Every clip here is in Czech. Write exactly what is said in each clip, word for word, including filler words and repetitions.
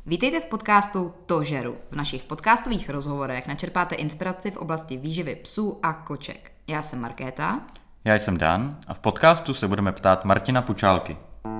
Vítejte v podcastu To žeru. V našich podcastových rozhovorech načerpáte inspiraci v oblasti výživy psů a koček. Já jsem Markéta. Já jsem Dan a v podcastu se budeme ptát Martina Pučálky.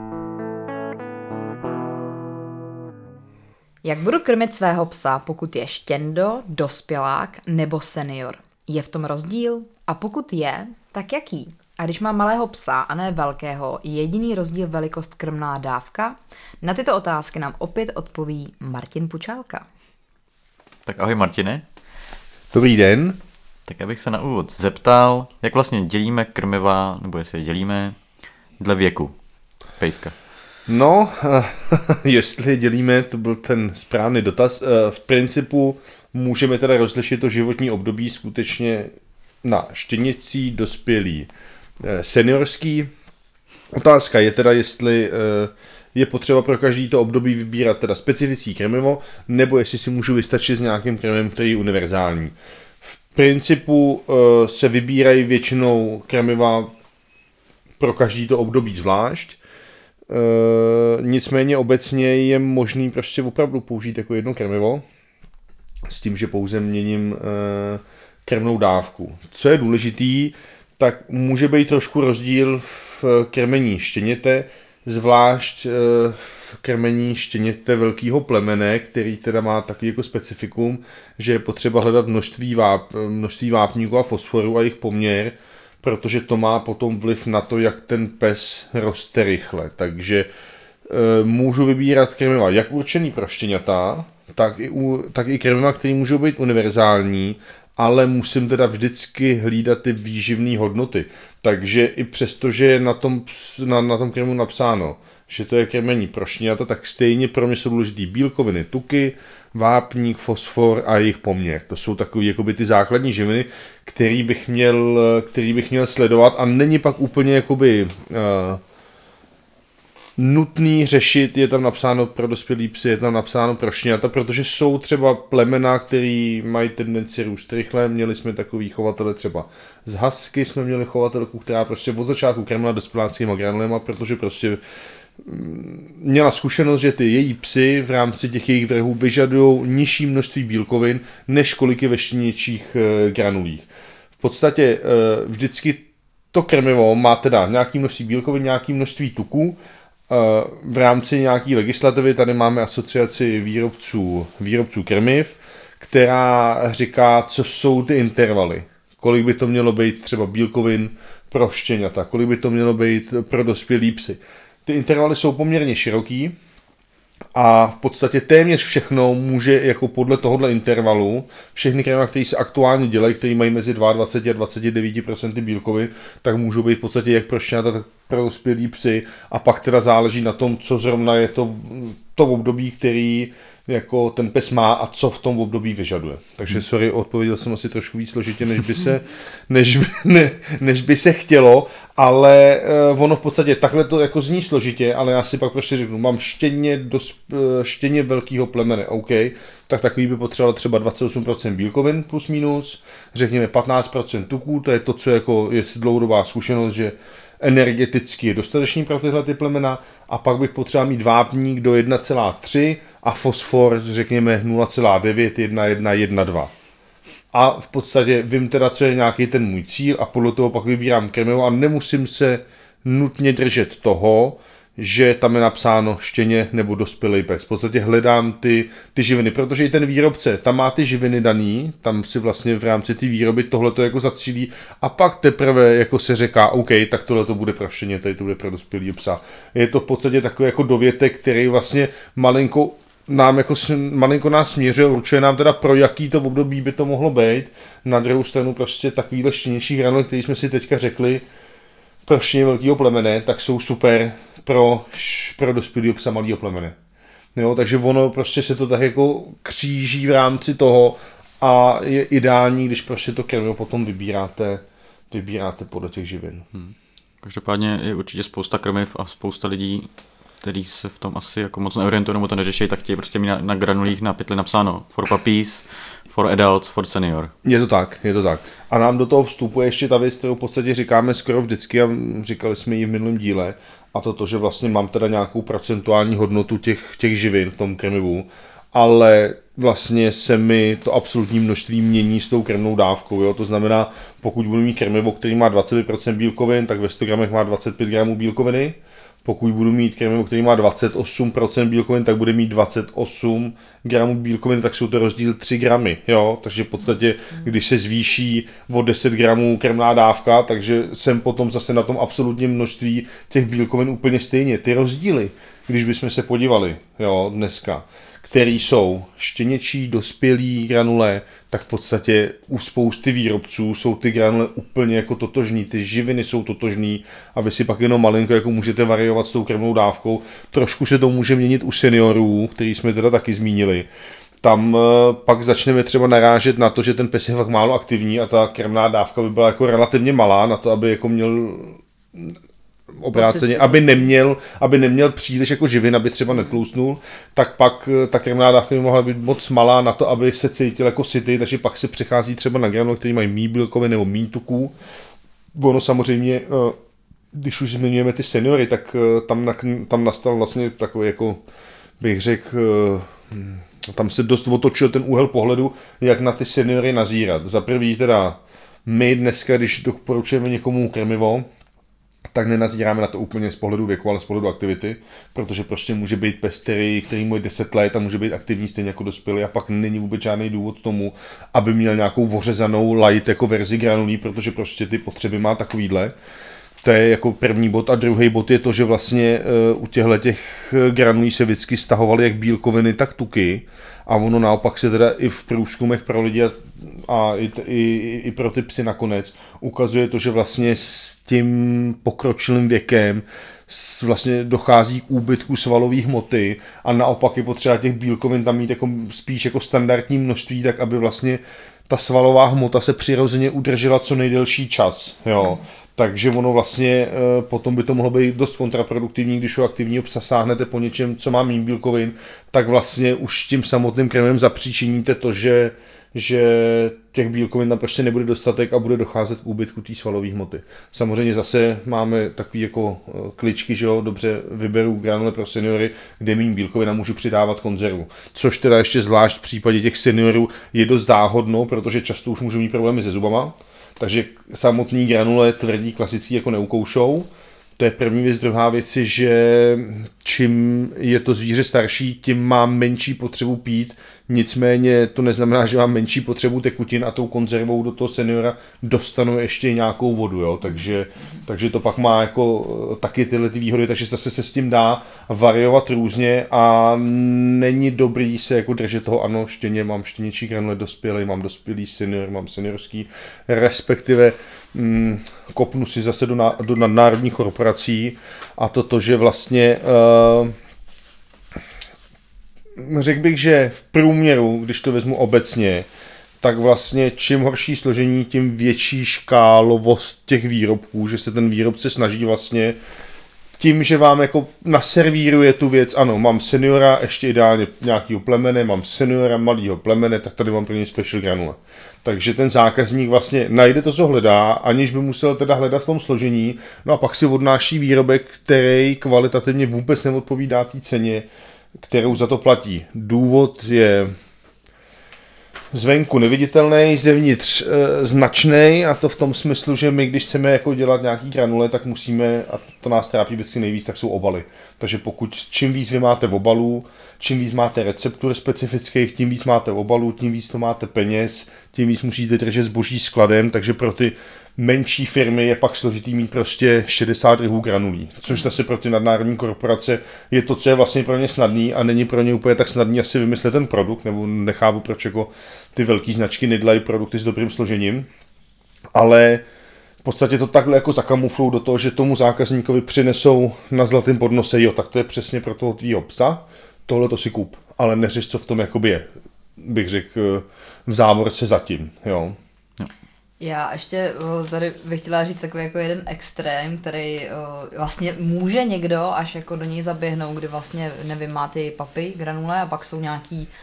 Jak budu krmit svého psa, pokud je štěndo, dospělák nebo senior? Je v tom rozdíl? A pokud je, tak jaký? A když mám malého psa a ne velkého, je jediný rozdíl velikost krmná dávka? Na tyto otázky nám opět odpoví Martin Pučálka. Tak ahoj Martine. Dobrý den. Tak já bych se na úvod zeptal, jak vlastně dělíme krmiva, nebo jestli je dělíme dle věku pejska. No, jestli dělíme, to byl ten správný dotaz. V principu můžeme teda rozlišit to životní období skutečně na štěněcí, dospělý, seniorský. Otázka je teda, jestli je potřeba pro každý to období vybírat teda specifický krmivo, nebo jestli si můžu vystačit s nějakým krmivem, který je univerzální. V principu se vybírají většinou krmiva pro každý to období zvlášť. E, nicméně obecně je možný prostě opravdu použít jako jedno krmivo s tím, že pouze měním e, krmnou dávku. Co je důležitý, tak může být trošku rozdíl v krmení štěněte, zvlášť e, v krmení štěněte velkého plemene, který teda má takový jako specifikum, že je potřeba hledat množství, váp, množství vápníků a fosforu a jejich poměr, protože to má potom vliv na to, jak ten pes roste rychle. Takže e, můžu vybírat krmiva jak určený pro štěňata, tak i, u, tak i krmiva, které můžou být univerzální, ale musím teda vždycky hlídat ty výživné hodnoty. Takže i přesto, že je na tom, na, na tom krmivu napsáno, že to je krmení pro štěňata, tak stejně pro mě jsou důležitý bílkoviny, tuky, vápník, fosfor a jejich poměr. To jsou takové jakoby ty základní živiny, který bych měl, který bych měl sledovat a není pak úplně jakoby uh, nutný řešit, je tam napsáno pro dospělý psy, je tam napsáno pro štěňata, protože jsou třeba plemena, který mají tendenci růst rychle. Měli jsme takový chovatele třeba z husky, jsme měli chovatelku, která prostě od začátku krmila dospěláckýma granulema, protože prostě měla zkušenost, že ty její psy v rámci těch jejich vrhů vyžadují nižší množství bílkovin, než kolik je ve štěněčích granulích. V podstatě vždycky to krmivo má teda nějaký množství bílkovin, nějaký množství tuků. V rámci nějaké legislativy tady máme asociaci výrobců, výrobců krmiv, která říká, co jsou ty intervaly. Kolik by to mělo být třeba bílkovin pro štěňata, kolik by to mělo být pro dospělý psy. Ty intervaly jsou poměrně široký a v podstatě téměř všechno může jako podle tohohle intervalu, všechny krmiva, které se aktuálně dělají, které mají mezi dvacet dva a dvacet devět procent bílkovin, tak můžou být v podstatě jak pro štěňata, tak pro dospělý psy a pak teda záleží na tom, co zrovna je to, to období, který jako ten pes má a co v tom období vyžaduje. Takže sorry, odpověděl jsem asi trošku víc složitě, než by se, než, by, ne, než by se chtělo, ale uh, ono v podstatě takhle to jako zní složitě, ale já si pak prostě řeknu, mám štěně, dosp, štěně velkého plemene, OK, tak takový by potřeboval třeba dvacet osm procent bílkovin plus minus, řekněme patnáct procent tuků, to je to, co jako je dlouhodobá zkušenost, že energeticky je dostatečný pro tyhle ty plemena a pak bych potřeboval mít vápník do jedna celá tři a fosfor řekněme nula celá devět, jedna celá jedna, jedna celá dva. A v podstatě vím teda, co je nějaký ten můj cíl a podle toho pak vybírám krmivo a nemusím se nutně držet toho, že tam je napsáno štěně nebo dospělý pes. V podstatě hledám ty, ty živiny, protože i ten výrobce tam má ty živiny daný, tam si vlastně v rámci té výroby tohleto jako zacílí a pak teprve jako se říká, OK, tak tohleto bude pro štěně, tady to bude pro dospělý psa. Je to v podstatě takový jako dovětek, který vlastně malinko nám jako malinko nás směřuje, určuje nám teda pro jaký to období by to mohlo být. Na druhou stranu prostě takovýhle štěnější granuly, který jsme si teďka řekli, pro štěně velkého plemene, tak jsou super pro, pro dospělého psa malého plemene. Jo, takže ono prostě se to tak jako kříží v rámci toho a je ideální, když prostě to krmivo potom vybíráte, vybíráte podle těch živin. Hmm. Každopádně je určitě spousta krmiv a spousta lidí, kteří se v tom asi jako moc neorientují nebo to neřeší, tak chtějí prostě mít na, na granulích na pytli napsáno for puppies, for adults, for senior. Je to tak, je to tak. A nám do toho vstupuje ještě ta věc, kterou v podstatě říkáme skoro vždycky a říkali jsme ji v minulém díle, a to to, že vlastně mám teda nějakou procentuální hodnotu těch, těch živin v tom krmivu, ale vlastně se mi to absolutní množství mění s tou krmnou dávkou, jo? To znamená, pokud budu mít krmivo, který má dvacet pět procent bílkovin, tak ve sto gramech má dvacet pět gramů bílkoviny. Pokud budu mít krmivo, který má dvacet osm procent bílkovin, tak bude mít dvacet osm gramů bílkovin, tak jsou to rozdíl tři gramy, jo? Takže v podstatě, když se zvýší o deset gramů krmná dávka, takže jsem potom zase na tom absolutním množství těch bílkovin úplně stejně. Ty rozdíly, když bychom se podívali, jo, dneska, který jsou štěněčí, dospělí granule, tak v podstatě u spousty výrobců jsou ty granule úplně jako totožný, ty živiny jsou totožný a vy si pak jenom malinko jako můžete variovat s tou krmnou dávkou. Trošku se to může měnit u seniorů, který jsme teda taky zmínili. Tam pak začneme třeba narážet na to, že ten pes je fakt málo aktivní a ta krmná dávka by byla jako relativně malá na to, aby jako měl obráceně, aby neměl, aby neměl příliš jako živin, aby třeba netlousnul, tak pak ta krmná dávka by mohla být moc malá na to, aby se cítil jako sytý, takže pak se přechází třeba na granule, který mají míň bílkovin nebo míň tuků. Ono samozřejmě, když už zmiňujeme ty seniory, tak tam, tam nastal vlastně takový jako, bych řekl, tam se dost otočil ten úhel pohledu, jak na ty seniory nazírat. Za prvý teda my dneska, když doporučujeme někomu krmivo, tak nenazíráme na to úplně z pohledu věku, ale z pohledu aktivity, protože prostě může být pes, který, který mu je deset let a může být aktivní stejně jako dospělý a pak není vůbec žádný důvod tomu, aby měl nějakou ořezanou light jako verzi granulí, protože prostě ty potřeby má takovýhle. To je jako první bod a druhý bod je to, že vlastně uh, u těchto těch granulí se vždycky stahovaly jak bílkoviny, tak tuky a ono naopak se teda i v průzkumech pro lidi a, a i, i, i pro ty psy nakonec ukazuje to, že vlastně s tím pokročilým věkem vlastně dochází k úbytku svalové hmoty a naopak je potřeba těch bílkovin tam mít jako spíš jako standardní množství, tak aby vlastně ta svalová hmota se přirozeně udržela co nejdelší čas, jo. Takže ono vlastně potom by to mohlo být dost kontraproduktivní, když u aktivního psa sáhnete po něčem, co má méně bílkovin, tak vlastně už tím samotným krmem zapříčiníte to, že, že těch bílkovin tam prostě nebude dostatek a bude docházet k úbytku té svalové hmoty. Samozřejmě zase máme takový jako kličky, že jo, dobře vyberu granule pro seniory, kde méně bílkovin a můžu přidávat konzervu. Což teda ještě zvlášť v případě těch seniorů je dost záhodno, protože často už můžou mít problémy se zubama. Takže samotný granule tvrdí klasický jako neukoušou. To je první věc. Druhá věc je, že čím je to zvíře starší, tím má menší potřebu pít. Nicméně to neznamená, že má menší potřebu tekutin a tou konzervou do toho seniora dostanu ještě nějakou vodu. Jo? Takže, takže to pak má jako taky tyhle ty výhody, takže zase se s tím dá variovat různě a není dobrý se jako držet toho, ano, štěně, mám štěněčí granule dospělý, mám dospělý senior, mám seniorský, respektive mm, kopnu si zase do, na, do nadnárodních korporací a toto, že vlastně uh, řekl bych, že v průměru, když to vezmu obecně, tak vlastně čím horší složení, tím větší škálovost těch výrobků, že se ten výrobce snaží vlastně tím, že vám jako naservíruje tu věc, ano, mám seniora, ještě ideálně nějakýho plemene, mám seniora malýho plemene, tak tady mám pro něj special granule. Takže ten zákazník vlastně najde to, co hledá, aniž by musel teda hledat v tom složení, no a pak si odnáší výrobek, který kvalitativně vůbec neodpovídá té ceně, kterou za to platí. Důvod je zvenku neviditelný, zevnitř e, značný a to v tom smyslu, že my, když chceme jako dělat nějaký granule, tak musíme, a to nás trápí vždycky nejvíc, tak jsou obaly. Takže pokud čím víc vy máte v obalů, čím víc máte receptur specifických, tím víc máte obalů, tím víc to máte peněz, tím víc musíte držet zboží skladem, takže pro ty menší firmy je pak složitý mít prostě šedesát druhů granulí, což zase pro ty nadnárodní korporace je to, co je vlastně pro ně snadný a není pro ně úplně tak snadný asi vymyslet ten produkt, nebo nechápu, proč jako ty velké značky nedělají produkty s dobrým složením, ale v podstatě to takhle jako zakamuflou do toho, že tomu zákazníkovi přinesou na zlatém podnose, jo, tak to je přesně pro toho tvýho psa, tohle to si kup, ale neřeš, co v tom jakoby je, bych řekl v závorce zatím, jo. Já ještě tady bych chtěla říct takový jako jeden extrém, který vlastně může někdo až jako do něj zaběhnout, kdy vlastně nevím, má ty papy, granule a pak jsou nějaký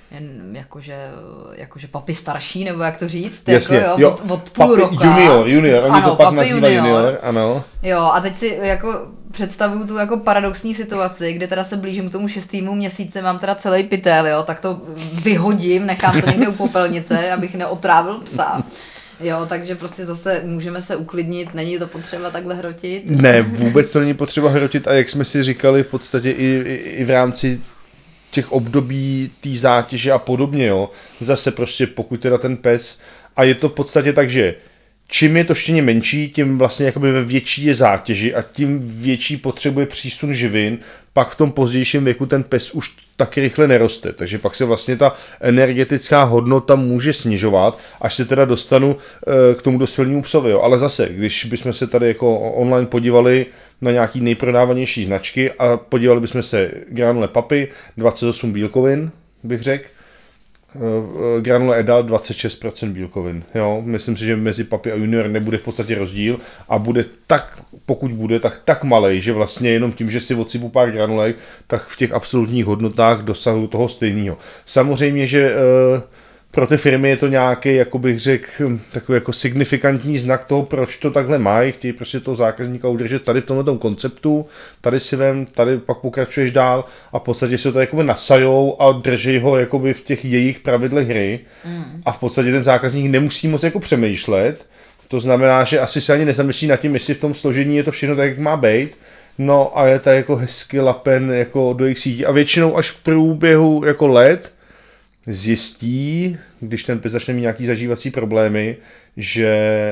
jen jakože, jakože papi starší, nebo jak to říct, Jasně, jako, jo, jo, od, od půl papi roka. junior, junior, oni ano, to pak nazývají junior. junior, ano. Jo, a teď si jako představuju tu jako paradoxní situaci, kde teda se blížím k tomu šestýmu měsíci, mám teda celý pytel, jo, tak to vyhodím, nechám to někde u popelnice, abych neotrávil psa. Jo, takže prostě zase můžeme se uklidnit, není to potřeba takhle hrotit. Ne, vůbec to není potřeba hrotit a jak jsme si říkali v podstatě i, i, i v rámci těch období té zátěže a podobně, jo, zase prostě pokud teda ten pes, a je to v podstatě tak, že čím je to štěně menší, tím vlastně jakoby ve větší je zátěži a tím větší potřebuje přísun živin, pak v tom pozdějším věku ten pes už tak rychle neroste, takže pak se vlastně ta energetická hodnota může snižovat, až se teda dostanu e, k tomu dospělému psovi, jo. Ale zase, když bychom se tady jako online podívali na nějaký nejprodávanější značky a podívali bychom se granule papy, dvacet osm bílkovin, bych řekl, granule Edal dvacet šest procent bílkovin. Jo? Myslím si, že mezi papi a junior nebude v podstatě rozdíl a bude tak, pokud bude, tak tak malej, že vlastně jenom tím, že si odsypu pár granulek, tak v těch absolutních hodnotách dosahují toho stejného. Samozřejmě, že pro ty firmy je to nějaký, jako bych řekl, takový jako signifikantní znak toho, proč to takhle mají, chtějí prostě toho zákazníka udržet tady v tomhle konceptu, tady si vem, tady pak pokračuješ dál a v podstatě se to jakoby nasajou a drží ho jakoby v těch jejich pravidlech hry mm. a v podstatě ten zákazník nemusí moc jako přemýšlet, to znamená, že asi se ani nezamyslí nad tím, jestli v tom složení je to všechno tak, jak má být, no a je to jako hezky lapen jako do jejich sítí a většinou až v průběhu jako let zjistí, když ten pes začne mít nějaký zažívací problémy, že e,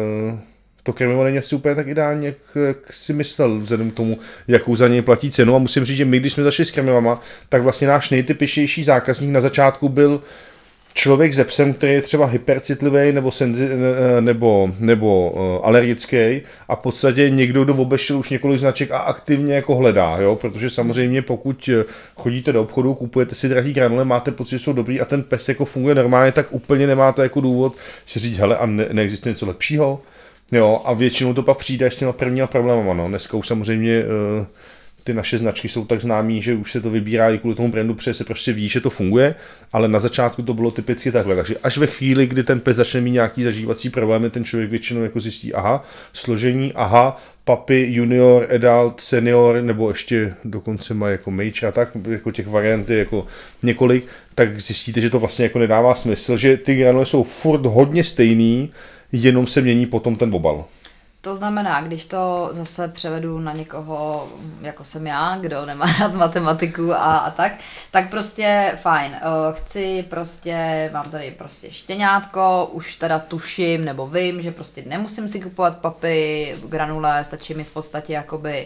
to krmivo není asi úplně tak ideálně, jak, jak si myslel, vzhledem k tomu, jakou za něj platí cenu. A musím říct, že my, když jsme začali s krmivama, tak vlastně náš nejtypičtější zákazník na začátku byl člověk se psem, který je třeba hypercitlivý nebo, senzi, nebo, nebo uh, alergický a v podstatě někdo, kdo obešel už několik značek a aktivně jako hledá, jo? Protože samozřejmě pokud chodíte do obchodu, kupujete si drahý granule, máte pocit, že jsou dobrý a ten pes jako funguje normálně, tak úplně nemáte jako důvod si říct, hele, a ne, neexistuje něco lepšího, jo? A většinou to pak přijde s těma prvníma problémama, no. Dneska už samozřejmě uh, ty naše značky jsou tak známý, že už se to vybírá i kvůli tomu brandu, protože se prostě ví, že to funguje, ale na začátku to bylo typicky takhle. Takže až ve chvíli, kdy ten pes začne mít nějaký zažívací problémy, ten člověk většinou jako zjistí, aha, složení, aha, papi, junior, adult, senior, nebo ještě dokonce má jako major a tak, jako těch variant je jako několik, tak zjistíte, že to vlastně jako nedává smysl, že ty granule jsou furt hodně stejný, jenom se mění potom ten obal. To znamená, když to zase převedu na někoho, jako jsem já, kdo nemá rád matematiku a, a tak, tak prostě fajn. Chci prostě, mám tady prostě štěňátko, už teda tuším nebo vím, že prostě nemusím si kupovat papy, granule, stačí mi v podstatě jakoby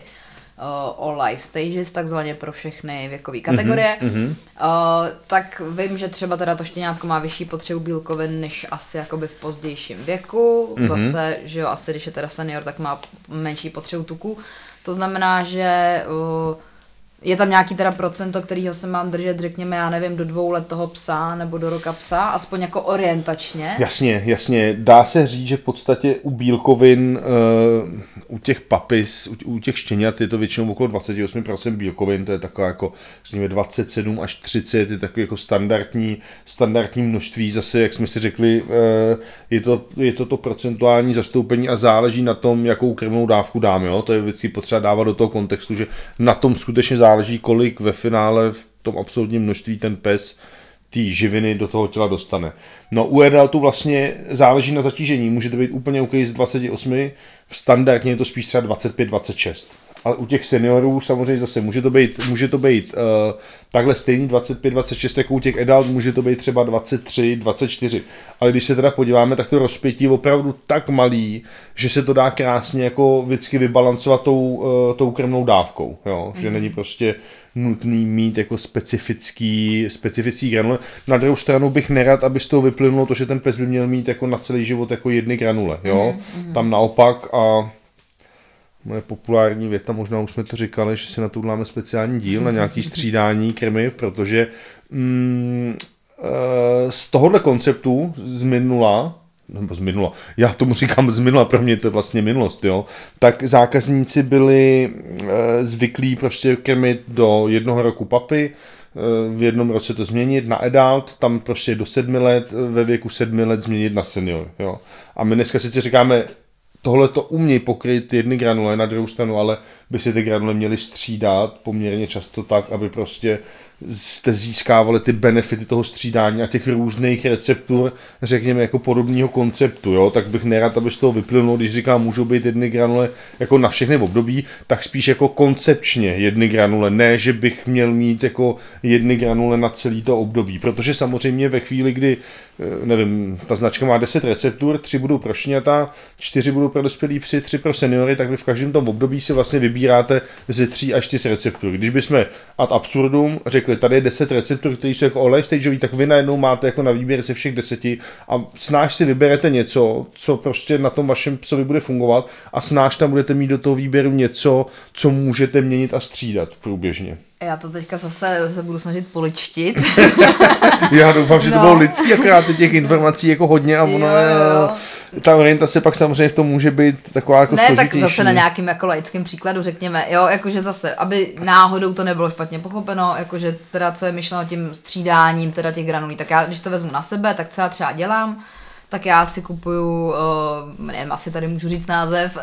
all life stages, takzvaně pro všechny věkové kategorie, mm-hmm. uh, tak vím, že třeba teda to štěňátko má vyšší potřebu bílkovin než asi jakoby v pozdějším věku, mm-hmm. zase, že jo, asi když je teda senior, tak má menší potřebu tuku, to znamená, že uh, je tam nějaký teda procento, kterýho se mám držet, řekněme, já nevím, do dvou let toho psa nebo do roka psa, aspoň jako orientačně. Jasně, jasně. Dá se říct, že v podstatě u bílkovin, uh, u těch papis, u, u těch štěňat je to většinou okolo dvacet osm procent bílkovin, to je takové jako, řekněme, dvacet sedm až třicet, je takové jako standardní, standardní množství, zase, jak jsme si řekli, uh, je to, je to to procentuální zastoupení a záleží na tom, jakou krmnou dávku dáme, jo? To je vždycky potřeba dávat do toho kontextu, že na tom skutečně záleží záleží, kolik ve finále v tom absolutním množství ten pes ty živiny do toho těla dostane. No u adultu vlastně záleží na zatížení. Může to být úplně OK z dvacet osm, standardně je to spíš třeba dvacet pět dvacet šest. Ale u těch seniorů samozřejmě zase může to být, může to být uh, takhle stejný dvacet pět dvacet šest jako u těch adult, může to být třeba dvacet tři dvacet čtyři. Ale když se teda podíváme, tak to rozpětí je opravdu tak malý, že se to dá krásně jako vždycky vybalancovat tou, uh, tou krmnou dávkou. Jo? Mm. Že není prostě nutný mít jako specifický, specifický granule. Na druhou stranu bych nerad, aby z toho vyplynulo to, že ten pes by měl mít jako na celý život jako jedny granule. Jo? Mm. Tam naopak a moje populární věta, možná už jsme to říkali, že si na to uděláme speciální díl, na nějaký střídání krmiv, protože mm, z tohohle konceptu z minula, nebo z minula, já tomu říkám z minula, pro mě to je vlastně minulost, jo, tak zákazníci byli zvyklí prostě krmit do jednoho roku papy, v jednom roce to změnit na adult, tam prostě do sedmi let, ve věku sedmi let změnit na senior. Jo. A my dneska sice říkáme, tohle to umějí pokryt jedny granule na druhou stranu, ale by si ty granule měly střídat poměrně často tak, aby prostě jste získávali ty benefity toho střídání a těch různých receptur, řekněme jako podobného konceptu, jo, tak bych nerad, aby z toho vyplynulo, když říkám, můžou být jedny granule jako na všechny období, tak spíš jako koncepčně jedny granule, ne, že bych měl mít jako jedny granule na celý to období, protože samozřejmě ve chvíli, kdy nevím, ta značka má deset receptur, tři budou pro šňata, čtyři budou pro dospělý psy, tři pro seniory, tak vy v každém tom období si vlastně vybíráte ze tří až čtyř receptur. Když bychom ad absurdum řekli, tady je deset receptur, které jsou jako all stageový, tak vy najednou máte jako na výběr ze všech deseti a snáš si vyberete něco, co prostě na tom vašem psovi bude fungovat a snáš tam budete mít do toho výběru něco, co můžete měnit a střídat průběžně. Já to teďka zase se budu snažit poličtit. Já doufám, že no. to bylo lidský, akorát těch informací jako hodně a ono jo, jo. je, ta orientace pak samozřejmě v tom může být taková jako ne, složitější. Tak zase na nějakým jako laickém příkladu řekněme, jo, jakože zase, aby náhodou to nebylo špatně pochopeno, jakože teda co je myšleno tím střídáním teda těch granulí, tak já když to vezmu na sebe, tak co já třeba dělám, tak já si kupuju, uh, nevím, asi tady můžu říct název,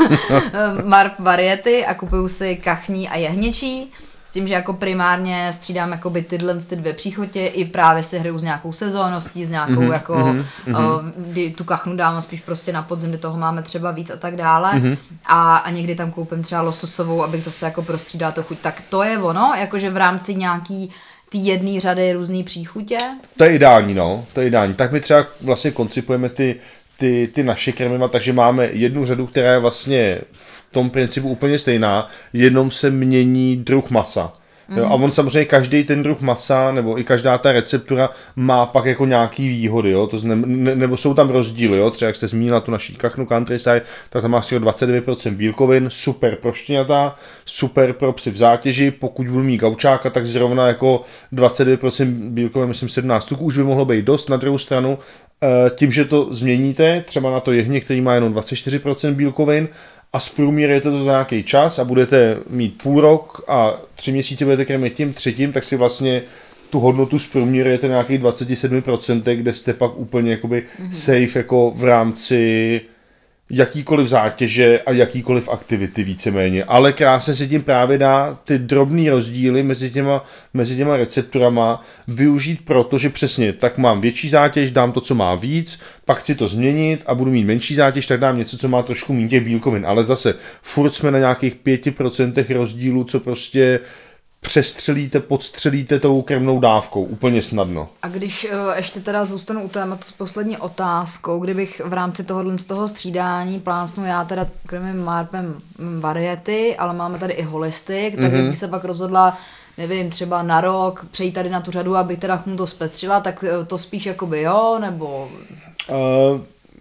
Mark Variety a kupuju si kachní a jehněčí, s tím, že jako primárně střídám jakoby tyhle ty dvě příchotě i právě si hraju s nějakou sezónností, s nějakou mm-hmm, jako, mm-hmm. Uh, kdy tu kachnu dám spíš prostě na podzim, kdy toho máme třeba víc a tak dále mm-hmm. a, a někdy tam koupím třeba lososovou, abych zase jako prostřídala to chuť, tak to je ono, jakože v rámci nějaký ty jedné řady různý příchutě. To je ideální, no, to je ideální. Tak my třeba vlastně koncipujeme ty, ty, ty naše krmiva, takže máme jednu řadu, která je vlastně v tom principu úplně stejná, jenom se mění druh masa. Mm. Jo, a on samozřejmě každý ten druh masa, nebo i každá ta receptura má pak jako nějaký výhody, jo, to ne, ne, nebo jsou tam rozdíly, jo, třeba jak jste zmínila tu naší kachnu Countryside, tak tam má z dvacet devět procent bílkovin, super pro štěňata, super pro psy v zátěži, pokud budu mít gaučáka, tak zrovna jako dvacet devět procent bílkovin, myslím sedmnáct tuků, už by mohlo být dost. Na druhou stranu, tím, že to změníte, třeba na to jehně, který má jenom dvacet čtyři procent bílkovin, a zprůměrujete to za nějaký čas a budete mít půl rok a tři měsíce budete krmit tím třetím, tak si vlastně tu hodnotu zprůměrujete na nějakých dvacet sedm procent, kde jste pak úplně jakoby mm-hmm. safe jako v rámci jakýkoliv zátěže a jakýkoliv aktivity víceméně. Ale krásně se tím právě dá ty drobný rozdíly mezi těma, mezi těma recepturama využít proto, že přesně tak mám větší zátěž, dám to, co má víc, pak chci to změnit a budu mít menší zátěž, tak dám něco, co má trošku méně těch bílkovin. Ale zase furt jsme na nějakých pět procent rozdílů, co prostě přestřelíte, podstřelíte tou krmnou dávkou úplně snadno. A když uh, ještě teda zůstanu u tématu s poslední otázkou, kdybych v rámci tohohle z toho střídání plásnu, já teda krmím Marpem Variety, ale máme tady i holistik, tak mm-hmm. bych se pak rozhodla, nevím, třeba na rok přejít tady na tu řadu, abych teda to zpestřila, tak to spíš jakoby jo, nebo... Uh...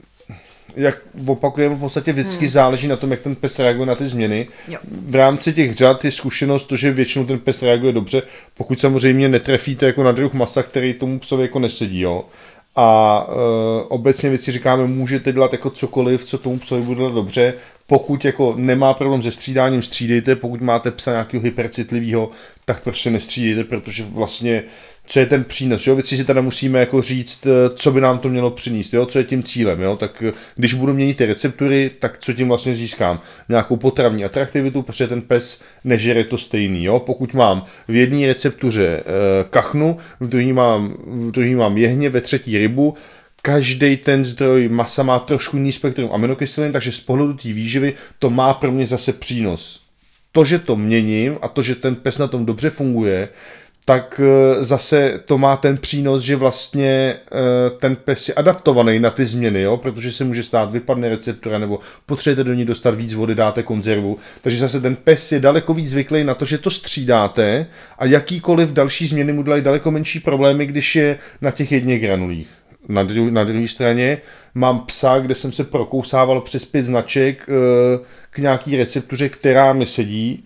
Jak opakujeme, v podstatě vždycky hmm. záleží na tom, jak ten pes reaguje na ty změny. Jo. V rámci těch řad je zkušenost to, že většinou ten pes reaguje dobře, pokud samozřejmě netrefíte jako na druh masa, který tomu psovi jako nesedí. Jo. A e, obecně věci říkáme, můžete dělat jako cokoliv, co tomu psovi bude dělat dobře. Pokud jako nemá problém se střídáním, střídejte, pokud máte psa nějakého hypercitlivého, tak prostě nestřídejte, protože vlastně co je ten přínos, jo, věci si teda musíme jako říct, co by nám to mělo přinést, jo, co je tím cílem, jo, tak když budu měnit ty receptury, tak co tím vlastně získám? Nějakou potravní atraktivitu, protože ten pes nežere to stejný, jo, pokud mám v jedné receptuře e, kachnu, v druhý mám, v druhý mám jehně, ve třetí rybu, každý ten zdroj masa má trošku jiný spektrum aminokyselin, takže z pohledu té výživy to má pro mě zase přínos. To, že to měním a to, že ten pes na tom dobře funguje, tak zase to má ten přínos, že vlastně ten pes je adaptovaný na ty změny, jo? Protože se může stát, vypadne receptura, nebo potřebujete do ní dostat víc vody, dáte konzervu. Takže zase ten pes je daleko víc zvyklý na to, že to střídáte a jakýkoliv další změny mu dělají daleko menší problémy, když je na těch jedněch granulích. Na, dru- na druhé straně mám psa, kde jsem se prokousával přes pět značek k nějaký receptuře, která mi sedí,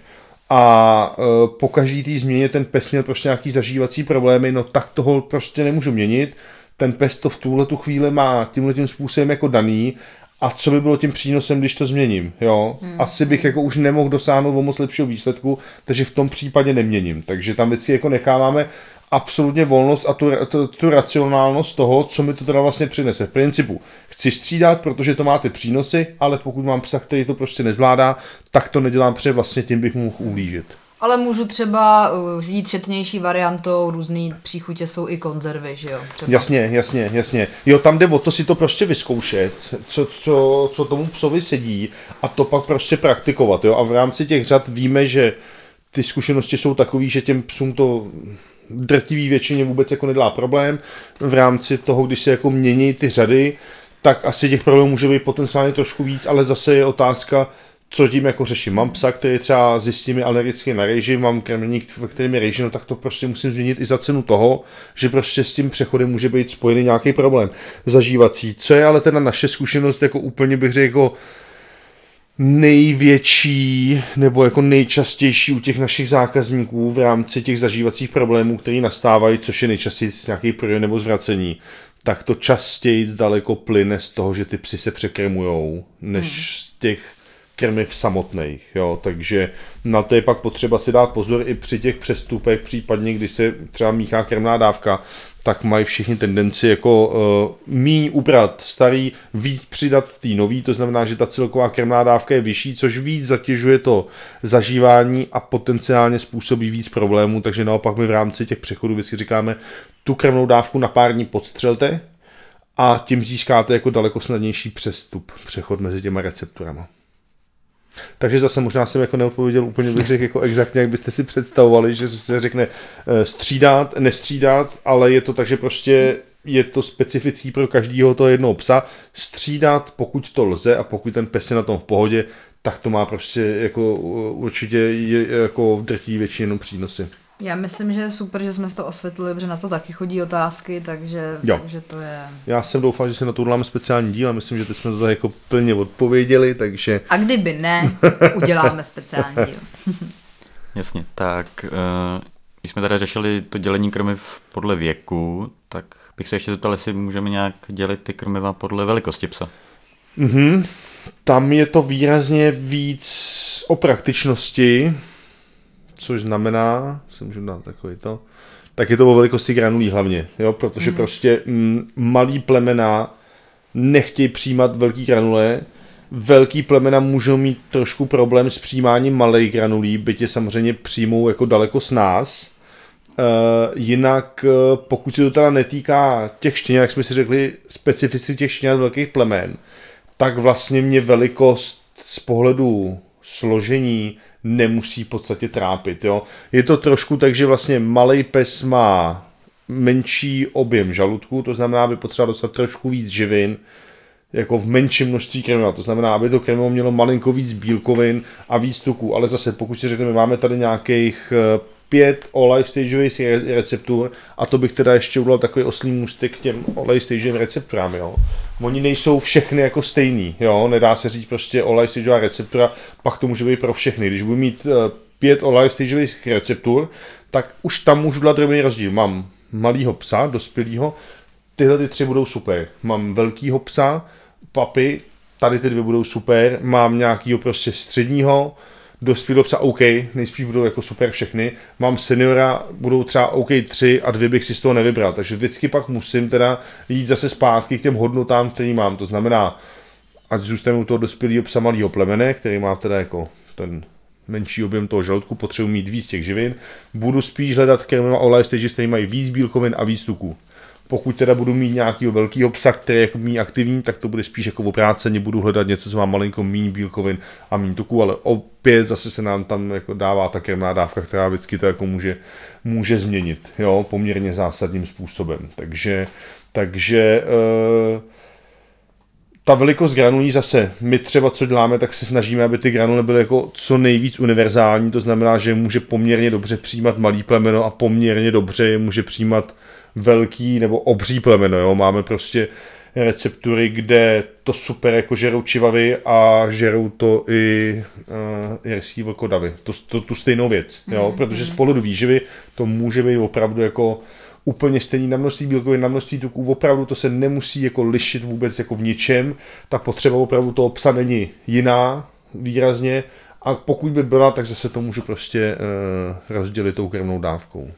a e, po každý té změně ten pes měl prostě nějaký zažívací problémy, no tak toho prostě nemůžu měnit. Ten pes to v tuhle tu chvíli má tímhletím způsobem jako daný A co by bylo tím přínosem, když to změním, jo? Hmm. Asi bych jako už nemohl dosáhnout o moc lepšího výsledku, takže v tom případě neměním. Takže tam vždycky jako necháváme absolutně volnost a tu, tu, tu racionálnost toho, co mi to teda vlastně přinese. V principu chci střídat, protože to má ty přínosy, ale pokud mám psa, který to prostě nezvládá, tak to nedělám, protože vlastně tím bych mu mohl ublížit. Ale můžu třeba jít šetrnější variantou, různý příchutě jsou i konzervy, že jo? Třeba. Jasně, jasně, jasně. Jo, tam jde o to si to prostě vyzkoušet, co, co, co tomu psovi sedí a to pak prostě praktikovat, jo. A v rámci těch řad víme, že ty zkušenosti jsou takový, že těm psům to drtivý většině vůbec jako nedělá problém. V rámci toho, když se jako mění ty řady, tak asi těch problémů může být potenciálně trošku víc, ale zase je otázka, co tím jako řeším. Mám psa, který třeba zjistím je alergický na rejži, mám krmník, ve kterém je rejži, no tak to prostě musím změnit i za cenu toho, že prostě s tím přechodem může být spojený nějaký problém zažívací. Co je ale teda naše zkušenost, jako úplně bych řekl, jako největší nebo jako nejčastější u těch našich zákazníků v rámci těch zažívacích problémů, které nastávají, což je nejčastěji nějaký průjem nebo zvracení, tak to častěji daleko plyne z toho, že ty psy se překrmujou, než hmm. z těch krmiv samotných, jo, takže na to je pak potřeba si dát pozor i při těch přestupech, případně když se třeba míchá krmná dávka, tak mají všichni tendenci jako uh, míň ubrat starý, víc přidat tý nový, to znamená, že ta celková krmná dávka je vyšší, což víc zatěžuje to zažívání a potenciálně způsobí víc problémů, takže naopak my v rámci těch přechodů vždycky říkáme, tu krmnou dávku na pár dní podstřelte a tím získáte jako daleko snadnější přestup, přechod mezi těma recepturama. Takže zase možná jsem jako neodpověděl úplně bych řekl jako exaktně, jak byste si představovali, že se řekne střídat, nestřídat, ale je to tak, že prostě je to specifický pro každého toho jednoho psa. Střídat, pokud to lze a pokud ten pes je na tom v pohodě, tak to má prostě jako určitě jako v drtí většině jenom přínosy. Já myslím, že je super, že jsme si to osvětlili, protože na to taky chodí otázky, takže, takže to je... Já jsem doufal, že se na to uděláme speciální díl a myslím, že teď jsme to tady jako plně odpověděli, takže... A kdyby ne, uděláme speciální díl. Jasně, tak uh, když jsme tady řešili to dělení krmiv podle věku, tak bych se ještě zeptal, jestli můžeme nějak dělit ty krmiva podle velikosti psa. Mhm, tam je to výrazně víc o praktičnosti, což znamená, si můžu dát takový to, tak je to o velikosti granulí hlavně, jo, protože mm. prostě m, malý plemena nechtějí přijímat velký granule, velký plemena můžou mít trošku problém s přijímáním malých granulí, byť je samozřejmě přijmou jako daleko s nás. E, jinak pokud se to teda netýká těch štěňat, jak jsme si řekli, specifici těch štěňat velkých plemen, tak vlastně mě velikost z pohledu složení nemusí v podstatě trápit. Jo. Je to trošku tak, že vlastně malej pes má menší objem žaludku, to znamená, aby potřeba dostat trošku víc živin, jako v menším množství krmiva. To znamená, aby to krmivo mělo malinko víc bílkovin a víc tuků. Ale zase, pokud si řekneme, máme tady nějakých pět all-life stageových receptur a to bych teda ještě udělal takový oslý můstek k těm all-life stageovým recepturám, jo. Oni nejsou všechny jako stejný, jo, nedá se říct prostě all-life stageová receptura, pak to může být pro všechny. Když budu mít pět all-life stageových receptur, tak už tam můžu dát drobný rozdíl. Mám malýho psa, dospělýho, tyhle ty tři budou super. Mám velkýho psa, papy, tady ty dvě budou super, mám nějakýho prostě středního, dospělého psa OK, nejspíš budou jako super všechny, mám seniora, budou třeba OK tři a dvě bych si z toho nevybral, takže vždycky pak musím teda jít zase zpátky k těm hodnotám, který mám, to znamená, ať zůstaneme u toho dospělého psa malého plemene, který má teda jako ten menší objem toho žaludku, potřebuji mít víc těch živin, budu spíš hledat krmiva all-life stages, který mají víc bílkovin a víc tuků. Pokud teda budu mít nějakého velkého psa, který je jako méně aktivní, tak to bude spíš jako obráceně, budu hledat něco, co má malinko méně bílkovin a méně tuků, ale opět zase se nám tam jako dává ta krmná dávka, která vždycky to jako může, může změnit, jo, poměrně zásadním způsobem. Takže, takže e, ta velikost granulí zase, my třeba co děláme, tak se snažíme, aby ty granule byly jako co nejvíc univerzální, to znamená, že může poměrně dobře přijímat malý plemeno a poměrně dobře je může přijímat velký nebo obří plemeno, jo, máme prostě receptury, kde to super jako žerou čivavy a žerou to i uh, jerský vlkodavy, to, to, tu stejnou věc, jo, mm, protože z pohledu výživy to může být opravdu jako úplně stejný na množství bílkovin, na množství tuků, opravdu to se nemusí jako lišit vůbec jako v ničem, ta potřeba opravdu toho psa není jiná výrazně a pokud by byla, tak zase to můžu prostě uh, rozdělit tou krmnou dávkou.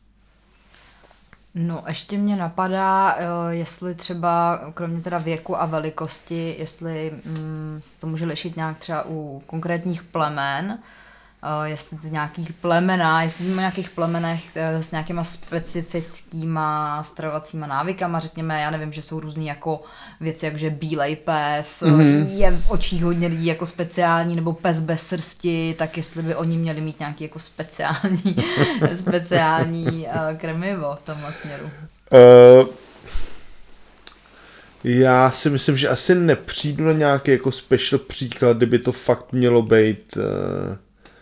No, ještě mě napadá, jestli třeba, kromě teda věku a velikosti, jestli mm, se to může lišit nějak třeba u konkrétních plemen, jestli to nějakých plemenách, jestli víme o nějakých plemenech s nějakýma specifickýma stravovacíma návykama, řekněme, já nevím, že jsou různý jako věci, jakože bílej pes, mm-hmm. je v očích hodně lidí jako speciální, nebo pes bez srsti, tak jestli by oni měli mít nějaký jako speciální, speciální uh, krmivo v tomhle směru. Uh... Já si myslím, že asi nepřijdu na nějaký jako special příklad, kdyby to fakt mělo být... Uh...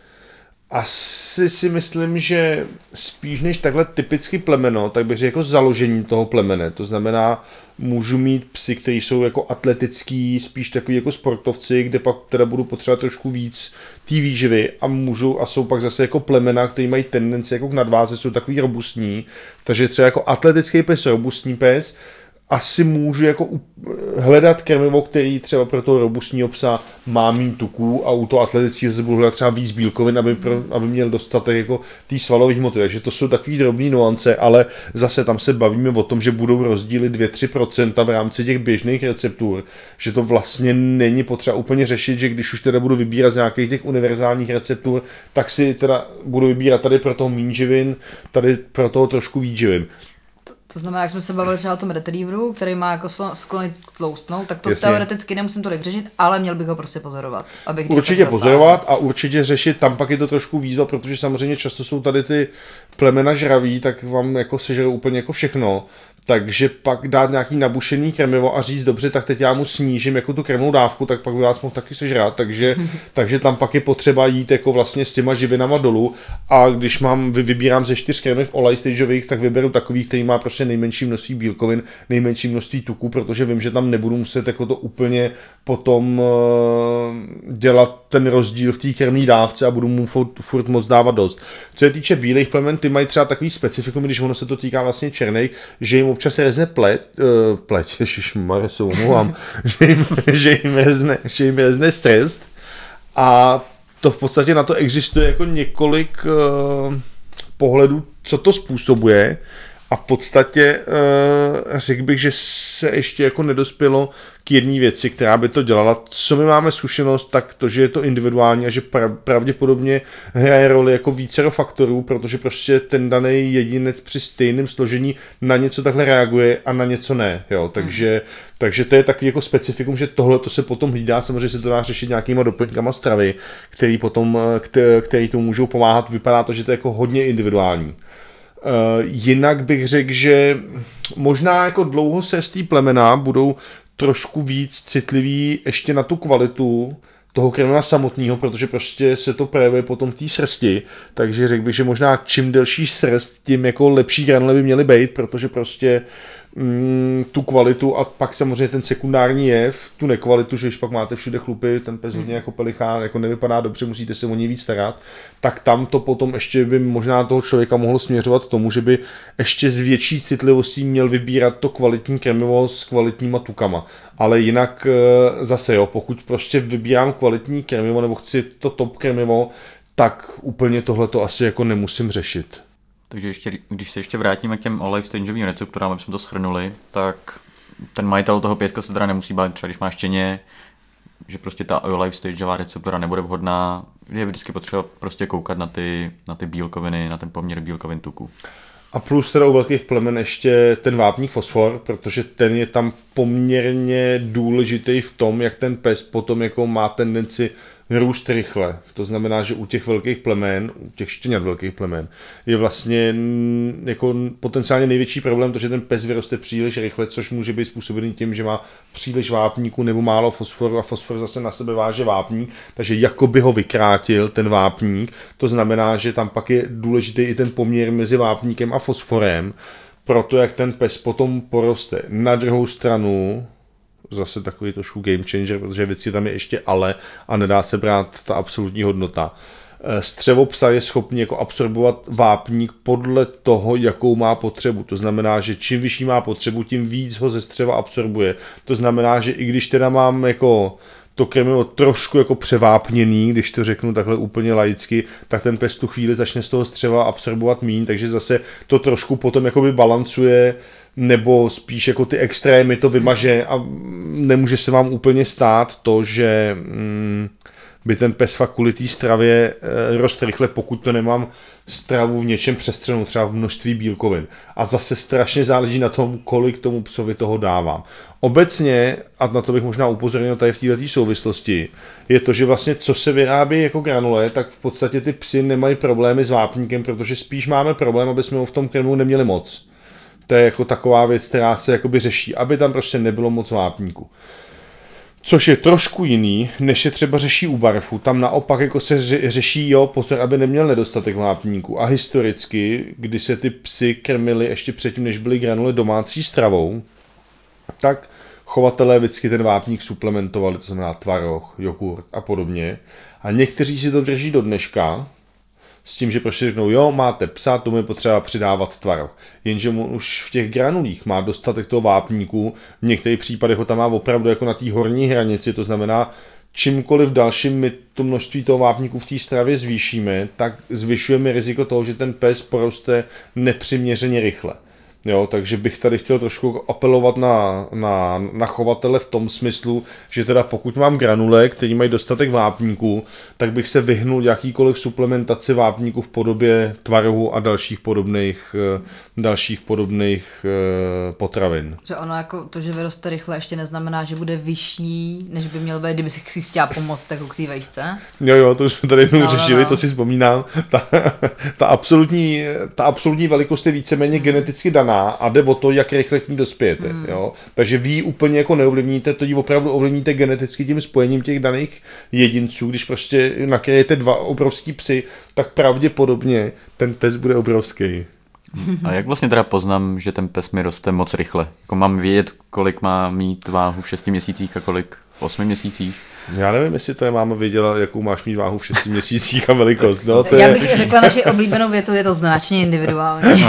Asi si myslím, že spíš než takhle typicky plemeno, tak bych řekl jako založení toho plemene. To znamená, můžu mít psy, kteří jsou jako atletický, spíš takový jako sportovci, kde pak teda budu potřebovat trošku víc té výživy a můžu a jsou pak zase jako plemena, kteří mají tendenci jako k nadváze, jsou takový robustní. Takže třeba jako atletický pes, robustní pes, asi můžu jako hledat krmivo, který třeba pro toho robustního psa má méně tuků a u toho atletického se budu hledat třeba víc bílkovin, aby, pro, aby měl dostatek jako tý svalové hmoty. Takže to jsou takový drobný nuance, ale zase tam se bavíme o tom, že budou rozdíly dvě až tři procenta v rámci těch běžných receptur, že to vlastně není potřeba úplně řešit, že když už teda budu vybírat z nějakých těch univerzálních receptur, tak si teda budu vybírat tady pro toho méně živin, tady pro toho trošku víc živin. To znamená, jak jsme se bavili třeba o tom retrieveru, který má jako sklony tloustnout, tak to Jasně. Teoreticky nemusím tolik řešit, ale měl bych ho prostě pozorovat. Abych určitě pozorovat a určitě řešit, tam pak je to trošku výzva, protože samozřejmě často jsou tady ty plemena žraví, tak vám jako sežerou úplně jako všechno. Takže pak dát nějaký nabušený krmivo a říct, dobře, tak teď já mu snížím jako tu krmnou dávku, tak pak by vás mohl taky sežrát, takže, takže tam pak je potřeba jít jako vlastně s těma živinama dolů a když mám, vybírám ze čtyř krmiv olej stageových, tak vyberu takový, který má prostě nejmenší množství bílkovin, nejmenší množství tuků, protože vím, že tam nebudu muset jako to úplně potom uh, dělat ten rozdíl v té krmné dávce a budu mu furt, furt moc dávat dost. Co se týče bílých plemen, ty mají třeba takový specifikum, když ono se to týká vlastně černej, že jim občas se rezne pleť, uh, pleť, ježišmarja, se omlouvám, že jim, že jim rezne, že jim rezne srst a to v podstatě na to existuje jako několik uh, pohledů, co to způsobuje a v podstatě uh, řekl bych, že se ještě jako nedospělo k jedné věci, která by to dělala. Co my máme zkušenost, tak to, že je to individuální a že pra- pravděpodobně hraje roli jako vícero faktorů, protože prostě ten daný jedinec při stejném složení na něco takhle reaguje a na něco ne. Jo? Takže, hmm. takže to je takový jako specifikum, že tohle to se potom hlídá, samozřejmě se to dá řešit nějakýma doplňkama stravy, který potom, který tomu můžou pomáhat. Vypadá to, že to je jako hodně individuální. Uh, jinak bych řekl, že možná jako dlouhosrstý plemena budou trošku víc citliví ještě na tu kvalitu toho krmiva samotného, protože prostě se to projevuje potom v té srsti, takže řekl bych, že možná čím delší srst, tím jako lepší granule by měly být, protože prostě mm, tu kvalitu a pak samozřejmě ten sekundární jev, tu nekvalitu, že když pak máte všude chlupy, ten pes hodně jako pelichán, jako nevypadá dobře, musíte se o něj víc starat, tak tam to potom ještě by možná toho člověka mohlo směřovat k tomu, že by ještě s větší citlivostí měl vybírat to kvalitní krmivo s kvalitníma tukama. Ale jinak zase jo, pokud prostě vybírám kvalitní krmivo nebo chci to top krmivo, tak úplně tohleto asi jako nemusím řešit. Takže ještě, když se ještě vrátíme k těm olej stageovým receptorám, aby jsme to shrnuli, tak ten majitel toho pěska se teda nemusí bát, třeba když má štěně, že prostě ta olej stageová receptora nebude vhodná, je vždycky potřeba prostě koukat na ty, na ty bílkoviny, na ten poměr bílkovin tuku. A plus teda u velkých plemen ještě ten vápník fosfor, protože ten je tam poměrně důležitý v tom, jak ten pes potom jako má tendenci růst rychle. To znamená, že u těch velkých plemen, u těch štěňat velkých plemen, je vlastně jako potenciálně největší problém to, že ten pes vyroste příliš rychle, což může být způsobený tím, že má příliš vápníku nebo málo fosforu a fosfor zase na sebe váže vápník, takže jakoby ho vykrátil ten vápník. To znamená, že tam pak je důležitý i ten poměr mezi vápníkem a fosforem, proto jak ten pes potom poroste. Na druhou stranu zase takový trošku game changer, protože věci tam je ještě ale a nedá se brát ta absolutní hodnota. Střevo psa je schopný jako absorbovat vápník podle toho, jakou má potřebu. To znamená, že čím vyšší má potřebu, tím víc ho ze střeva absorbuje. To znamená, že i když teda mám jako to krmivo trošku jako převápněný, když to řeknu takhle úplně laicky, tak ten pes tu chvíli začne z toho střeva absorbovat míň, takže zase to trošku potom jakoby balancuje, nebo spíš jako ty extrémy to vymaže a nemůže se vám úplně stát to, že mm, by ten pes fakt kvůli té stravě e, rost rychle, pokud to nemám stravu v něčem přestřenou, třeba v množství bílkovin. A zase strašně záleží na tom, kolik tomu psovi toho dávám. Obecně, a na to bych možná upozornil tady v této souvislosti, je to, že vlastně co se vyrábí jako granule, tak v podstatě ty psy nemají problémy s vápníkem, protože spíš máme problém, aby jsme ho v tom krmivu neměli moc. To je jako taková věc, která se jakoby řeší, aby tam prostě nebylo moc vápníku. Což je trošku jiný, než se třeba řeší u barfu. Tam naopak jako se řeší, jo, pozor, aby neměl nedostatek vápníku. A historicky, kdy se ty psy krmily ještě předtím, než byly granule domácí stravou, tak chovatelé vždycky ten vápník suplementovali, to znamená tvaroh, jogurt a podobně. A někteří si to drží do dneška, s tím, že prostě řeknou, jo, máte psa, tomu je potřeba přidávat tvaroh. Jenže mu už v těch granulích má dostatek toho vápníku, v některých případech ho tam má opravdu jako na té horní hranici, to znamená, čímkoliv dalším my to množství toho vápníku v té stravě zvýšíme, tak zvyšujeme riziko toho, že ten pes poroste nepřiměřeně rychle. Jo, takže bych tady chtěl trošku apelovat na, na, na chovatele v tom smyslu, že teda pokud mám granule, který mají dostatek vápníků, tak bych se vyhnul jakýkoliv suplementaci vápníků v podobě tvarohu a dalších podobných, dalších podobných potravin. Že ono jako to, že vyroste rychle, ještě neznamená, že bude vyšší, než by měl být, kdyby si chtěla pomoct jako k té vejšce. Jo, jo, to už jsme tady jednou no, řešili, no, no. To si vzpomínám. Ta, ta, absolutní, ta absolutní velikost je víceméně hmm. geneticky daná a jde o to, jak rychle k ní dospějete. Hmm. Jo? Takže vy ji úplně jako neovlivníte, to ji opravdu ovlivníte geneticky tím spojením těch daných jedinců. Když prostě nakryjete dva obrovský psy, tak pravděpodobně ten pes bude obrovský. A jak vlastně teda poznám, že ten pes mi roste moc rychle? Jako mám vědět, kolik má mít váhu v šesti měsících a kolik v osmi měsících? Já nevím, jestli to je máma věděla, jakou máš mít váhu v šesti měsících a velikost. No, to Já je... bych řekla naši oblíbenou větu, je to značně individuální.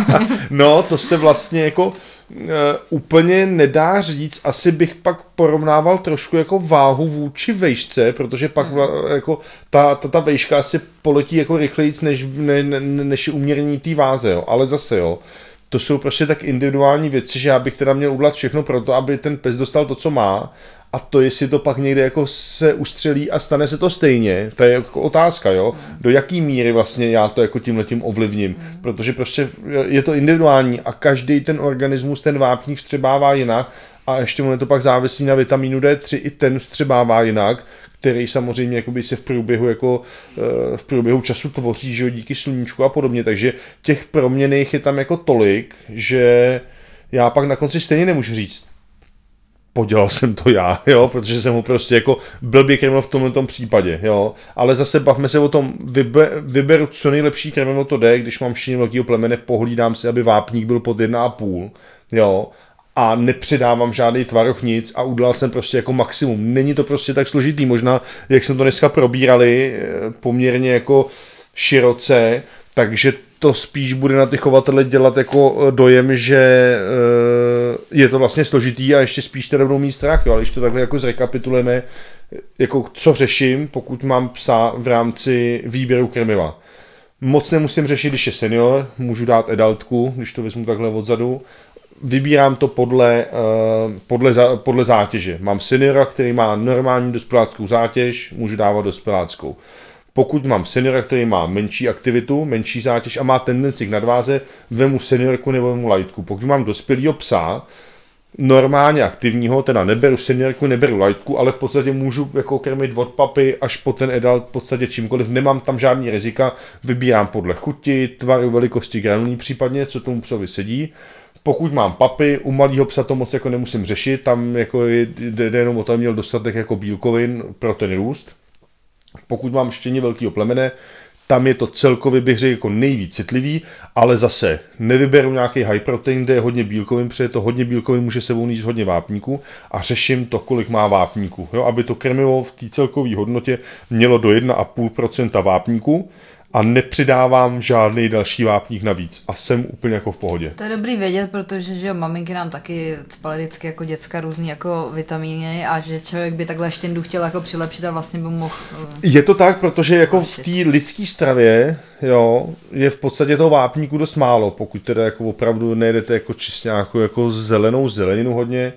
No, to se vlastně jako uh, úplně nedá říct. Asi bych pak porovnával trošku jako váhu vůči vejšce, protože pak hmm. jako ta, ta, ta vejška asi poletí jako rychlejc, než, ne, ne, než je uměrní té váze, jo. Ale zase, jo, to jsou prostě tak individuální věci, že já bych teda měl udělat všechno pro to, aby ten pes dostal to, co má. A to, jestli to pak někde jako se ustřelí a stane se to stejně, to je jako otázka, jo, do jaký míry vlastně já to jako tímhletím ovlivním, protože prostě je to individuální a každý ten organismus ten vápník vstřebává jinak a ještě mu je to pak závislí na vitamínu D tři, i ten vstřebává jinak, který samozřejmě jakoby se v průběhu jako v průběhu času tvoří, že jo, díky sluníčku a podobně, takže těch proměnných je tam jako tolik, že já pak na konci stejně nemůžu říct, podělal jsem to já, jo, protože jsem ho prostě jako blbě krmil v tomhle tom případě, jo, ale zase bavme se o tom, vybe, vyberu co nejlepší krmivo to jde, když mám štěně velkého plemene, pohlídám si, aby vápník byl pod jedna a půl, jo, a nepřidávám žádný tvaroh nic a udělal jsem prostě jako maximum. Není to prostě tak složitý, možná, jak jsme to dneska probírali, poměrně jako široce, takže to spíš bude na ty chovatele dělat jako dojem, že je to vlastně složitý a ještě spíš teda budou mít strach, jo? Ale když to takhle jako zrekapitulujeme, jako co řeším, pokud mám psa v rámci výběru krmiva. Moc nemusím řešit, když je senior, můžu dát adultku, když to vezmu takhle odzadu. Vybírám to podle, podle, podle zátěže. Mám seniora, který má normální dospěláckou zátěž, můžu dávat dospěláckou. Pokud mám seniora, který má menší aktivitu, menší zátěž a má tendenci k nadváze, vemu seniorku nebo vemu lightku. Pokud mám dospělého psa, normálně aktivního, teda neberu seniorku, neberu lightku, ale v podstatě můžu jako krmit od papy až po ten adult v podstatě čímkoliv, nemám tam žádný rizika, vybírám podle chuti, tvaru, velikosti granulí, případně co tomu psovi sedí. Pokud mám papy, u malého psa to moc jako nemusím řešit, tam jako jde jenom o to, měl dostatek jako bílkovin pro ten růst. Pokud mám štěně velkého plemene, tam je to celkově bych řekl jako nejvíc citlivý, ale zase nevyberu nějaký high protein, kde je hodně bílkovin, protože to hodně bílkovin může sebou nést hodně vápníků a řeším to, kolik má vápníků, jo, aby to krmivo v té celkové hodnotě mělo do jedna celá pět procenta vápníků a nepřidávám žádný další vápník navíc a jsem úplně jako v pohodě. To je dobrý vědět, protože že jo, maminky nám taky spaly vždycky jako děcka různý jako vitamíny a že člověk by takhle štěndu chtěl jako přilepšit a vlastně by mohl... Uh... Je to tak, protože jako v té lidské stravě, jo, je v podstatě toho vápníku dost málo, pokud teda jako opravdu nejedete jako čistě nějakou jako zelenou zeleninu hodně,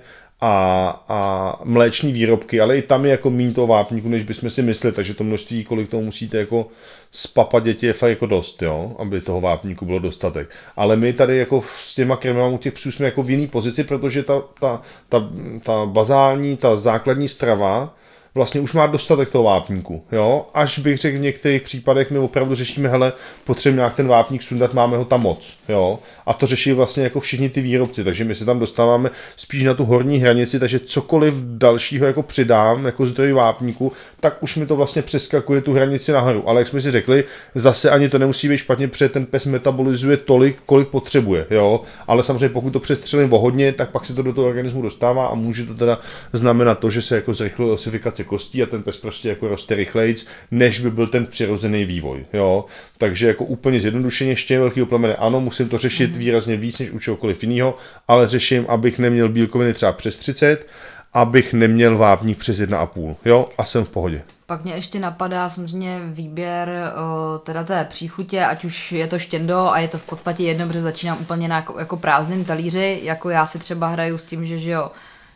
a, a mléční výrobky, ale i tam je jako míň toho vápníku, než bychom si mysleli, takže to množství, kolik toho musíte jako spapat děti, je fakt jako dost, jo, aby toho vápníku bylo dostatek. Ale my tady jako s těma krmivami u těch psů jsme jako v jiný pozici, protože ta, ta, ta, ta bazální, ta základní strava vlastně už má dostatek toho vápníku, jo, až bych řekl v některých případech my opravdu řešíme, hele, potřebujeme nějak ten vápník sundat, máme ho tam moc, jo, a to řeší vlastně jako všichni ty výrobci, takže my se tam dostáváme spíš na tu horní hranici, takže cokoliv dalšího jako přidám, jako zdroj vápníku, tak už mi to vlastně přeskakuje tu hranici nahoru, ale jak jsme si řekli, zase ani to nemusí být špatně, protože ten pes metabolizuje tolik, kolik potřebuje, jo, ale samozřejmě pokud to přestřelím o hodně, tak pak se to do toho organismu dostává a může to teda znamenat to, že se jako zrychluje osifikace kostí a ten pes prostě jako roste rychlejc, než by byl ten přirozený vývoj, jo. Takže jako úplně zjednodušeně ještě velký plemene, ano, musím to řešit výrazně víc než u čehokoliv jiného, ale řeším, abych neměl bílkoviny třeba přes třicet, abych neměl vápník přes jedna celá pět, jo, a jsem v pohodě. Pak mě ještě napadá samozřejmě výběr o, teda té příchutě, ať už je to štěndo a je to v podstatě jedno, protože začínám úplně na jako, jako prázdným talíři, jako já si třeba hraju s tím, že, že jo,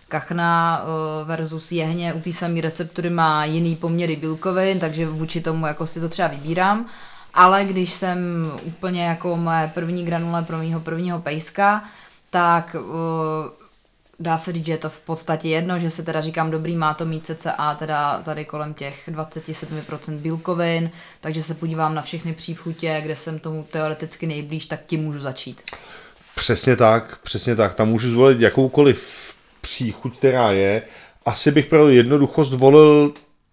kachna versus jehně u té samé receptury má jiný poměry bílkovin, takže vůči tomu jako si to třeba vybírám. Ale když jsem úplně jako moje první granule pro mýho prvního pejska, tak dá se říct, že je to v podstatě jedno, že se teda říkám, dobrý, má to mít cca teda tady kolem těch dvacet sedm procent bílkovin, takže se podívám na všechny příchutě, kde jsem tomu teoreticky nejblíž, tak tím můžu začít. Přesně tak, přesně tak. Tam můžu zvolit jakoukoliv příchuť, která je. Asi bych pro jednoduchost zvolil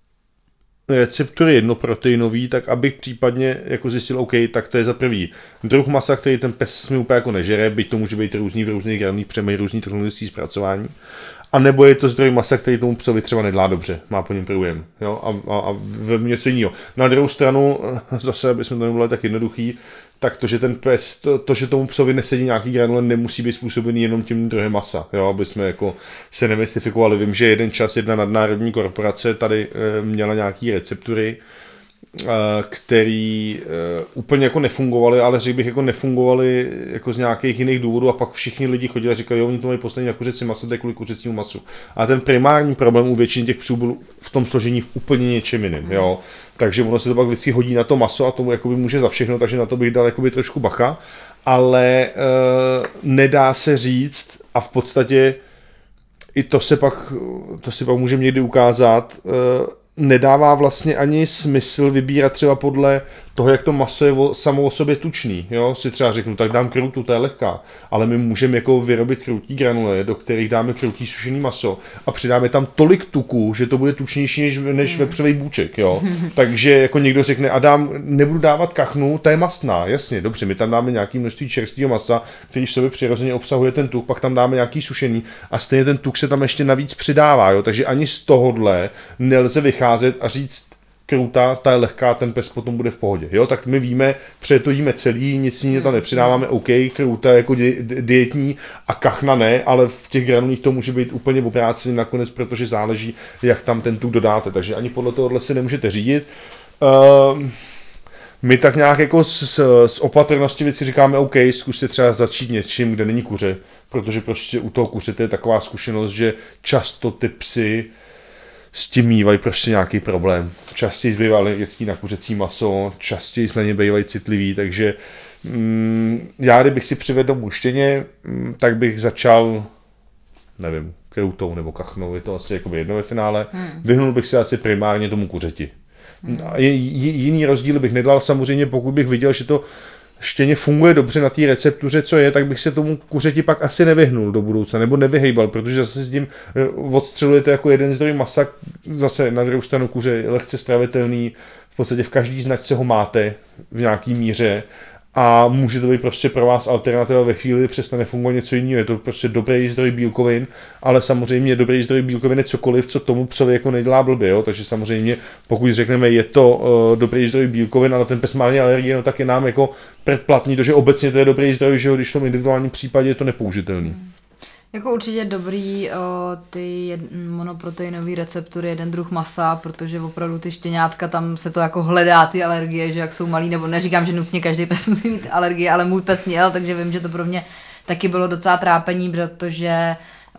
receptury jednoproteinový, tak abych případně jako zjistil, OK, tak to je za prvý druh masa, který ten pes mi úplně jako nežere, byť to může být různý v různých granulích, přemají různý technologický zpracování. A nebo je to zdroj masa, který tomu psovi třeba nedlá dobře, má po něm průjem, jo, a, a, a něco jiného. Na druhou stranu, zase, aby jsme to nebyli tak jednoduchý, tak to, že ten pes, to, to, že tomu psovi nesedí nějaký granule, nemusí být způsobený jenom tím druhem masa, jo, aby jsme jako se nemystifikovali. Vím, že jeden čas jedna nadnárodní korporace tady e, měla nějaký receptury, e, který e, úplně jako nefungovaly, ale řekl bych jako nefungovaly jako z nějakých jiných důvodů a pak všichni lidi chodili a říkali, jo, oni to mají poslední na kuřecí maso, to je kvůli kuřecímu masu. A ten primární problém u většiny těch psů byl v tom složení v úplně něčem jiným, jo. Takže ono se to pak vždycky hodí na to maso a tomu jakoby může za všechno, takže na to bych dal jakoby trošku bacha, ale e, nedá se říct a v podstatě i to se pak, to si pak můžeme někdy ukázat, e, nedává vlastně ani smysl vybírat třeba podle toho, jak to maso je o, samo o sobě tučný, jo, si třeba řeknu, tak dám kroutu, to je lehká, ale my můžeme jako vyrobit kroutí granule, do kterých dáme kroutí sušený maso a přidáme tam tolik tuku, že to bude tučnější než, než mm. vepřový bůček, jo, takže jako někdo řekne, a dám, nebudu dávat kachnu, ta je mastná, jasně, dobře, my tam dáme nějaký množství čerstvého masa, který v sobě přirozeně obsahuje ten tuk, pak tam dáme nějaký sušený a stejně ten tuk se tam ještě navíc přidává, jo, takže ani z tohohle nelze vycházet a říct, krouta, ta je lehká, ten pes potom bude v pohodě. Jo, tak my víme, protože to jíme celý, nic jiného tam nepřidáváme, OK, krouta je jako di- dietní a kachna ne, ale v těch granulích to může být úplně obrácený nakonec, protože záleží, jak tam ten tuk dodáte, takže ani podle tohohle se nemůžete řídit. Uh, my tak nějak jako z, z opatrnosti věci říkáme, OK, zkuste třeba začít něčím, kde není kuře, protože prostě u toho kuřete je taková zkušenost, že často ty psy s tím mývají prostě nějaký problém. Častěji zbývá alergický na kuřecí maso, častěji na ně bývají citlivý, takže mm, já kdybych si přivedl domů štěně, mm, tak bych začal, nevím, kroutou nebo kachnou, je to asi jako jedno ve finále, hmm. vyhnul bych se asi primárně tomu kuřeti. Hmm. Jiný rozdíl bych nedal, samozřejmě pokud bych viděl, že to štěně funguje dobře na té receptuře, co je, tak bych se tomu kuřeti pak asi nevyhnul do budoucna, nebo nevyhejbal, protože zase s tím odstřelujete jako jeden zdroj masa, zase na druhou stranu kuře lehce stravitelný, v podstatě v každý značce ho máte v nějaký míře a může to být prostě pro vás alternativa ve chvíli, kdy přestane fungovat něco jiného. Je to prostě dobrý zdroj bílkovin, ale samozřejmě dobrý zdroj bílkovin je cokoliv, co tomu psovi jako nedělá blbě, jo? Takže samozřejmě, pokud řekneme, je to uh, dobrý zdroj bílkovin, ale ten pes má alergie, no tak je nám jako předplatný, to, že obecně to je dobrý zdroj, že když v tom individuálním případě je to nepoužitelný. Hmm. Jako určitě dobrý o, ty jed, monoproteinové receptory, jeden druh masa, protože opravdu ty štěňátka, tam se to jako hledá ty alergie, že jak jsou malý, nebo neříkám, že nutně každý pes musí mít alergie, ale můj pes měl, takže vím, že to pro mě taky bylo docela trápení, protože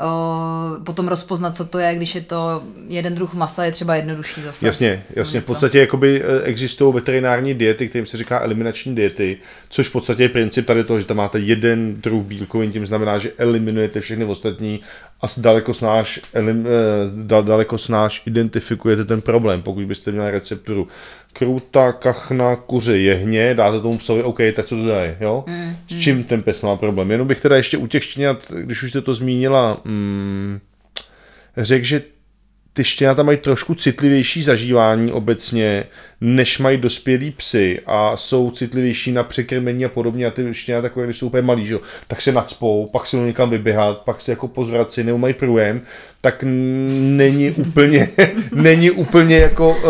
o, potom rozpoznat, co to je, když je to jeden druh masa, je třeba jednodušší zase. Jasně, jasně. V podstatě jakoby existují veterinární diety, kterým se říká eliminační diety, což v podstatě je princip tady toho, že tam máte jeden druh bílkovin, tím znamená, že eliminujete všechny ostatní a daleko snáš, elim, daleko snáš identifikujete ten problém. Pokud byste měli recepturu krůta, kachna, kuře, jehně, dáte tomu psovi, OK, tak co to dají, jo? Mm, S čím mm. ten pes má problém? Jenom bych teda ještě u těch štěňat, když už jste to zmínila, mm, řekl, že ty štěňata mají trošku citlivější zažívání obecně, než mají dospělí psy a jsou citlivější na překrmení a podobně a ty štěňata, takové, když jsou úplně malí, že? Tak se nacpou, pak se někam vyběhat, pak se jako pozvrací, nebo mají průjem, tak není úplně, není úplně jako uh,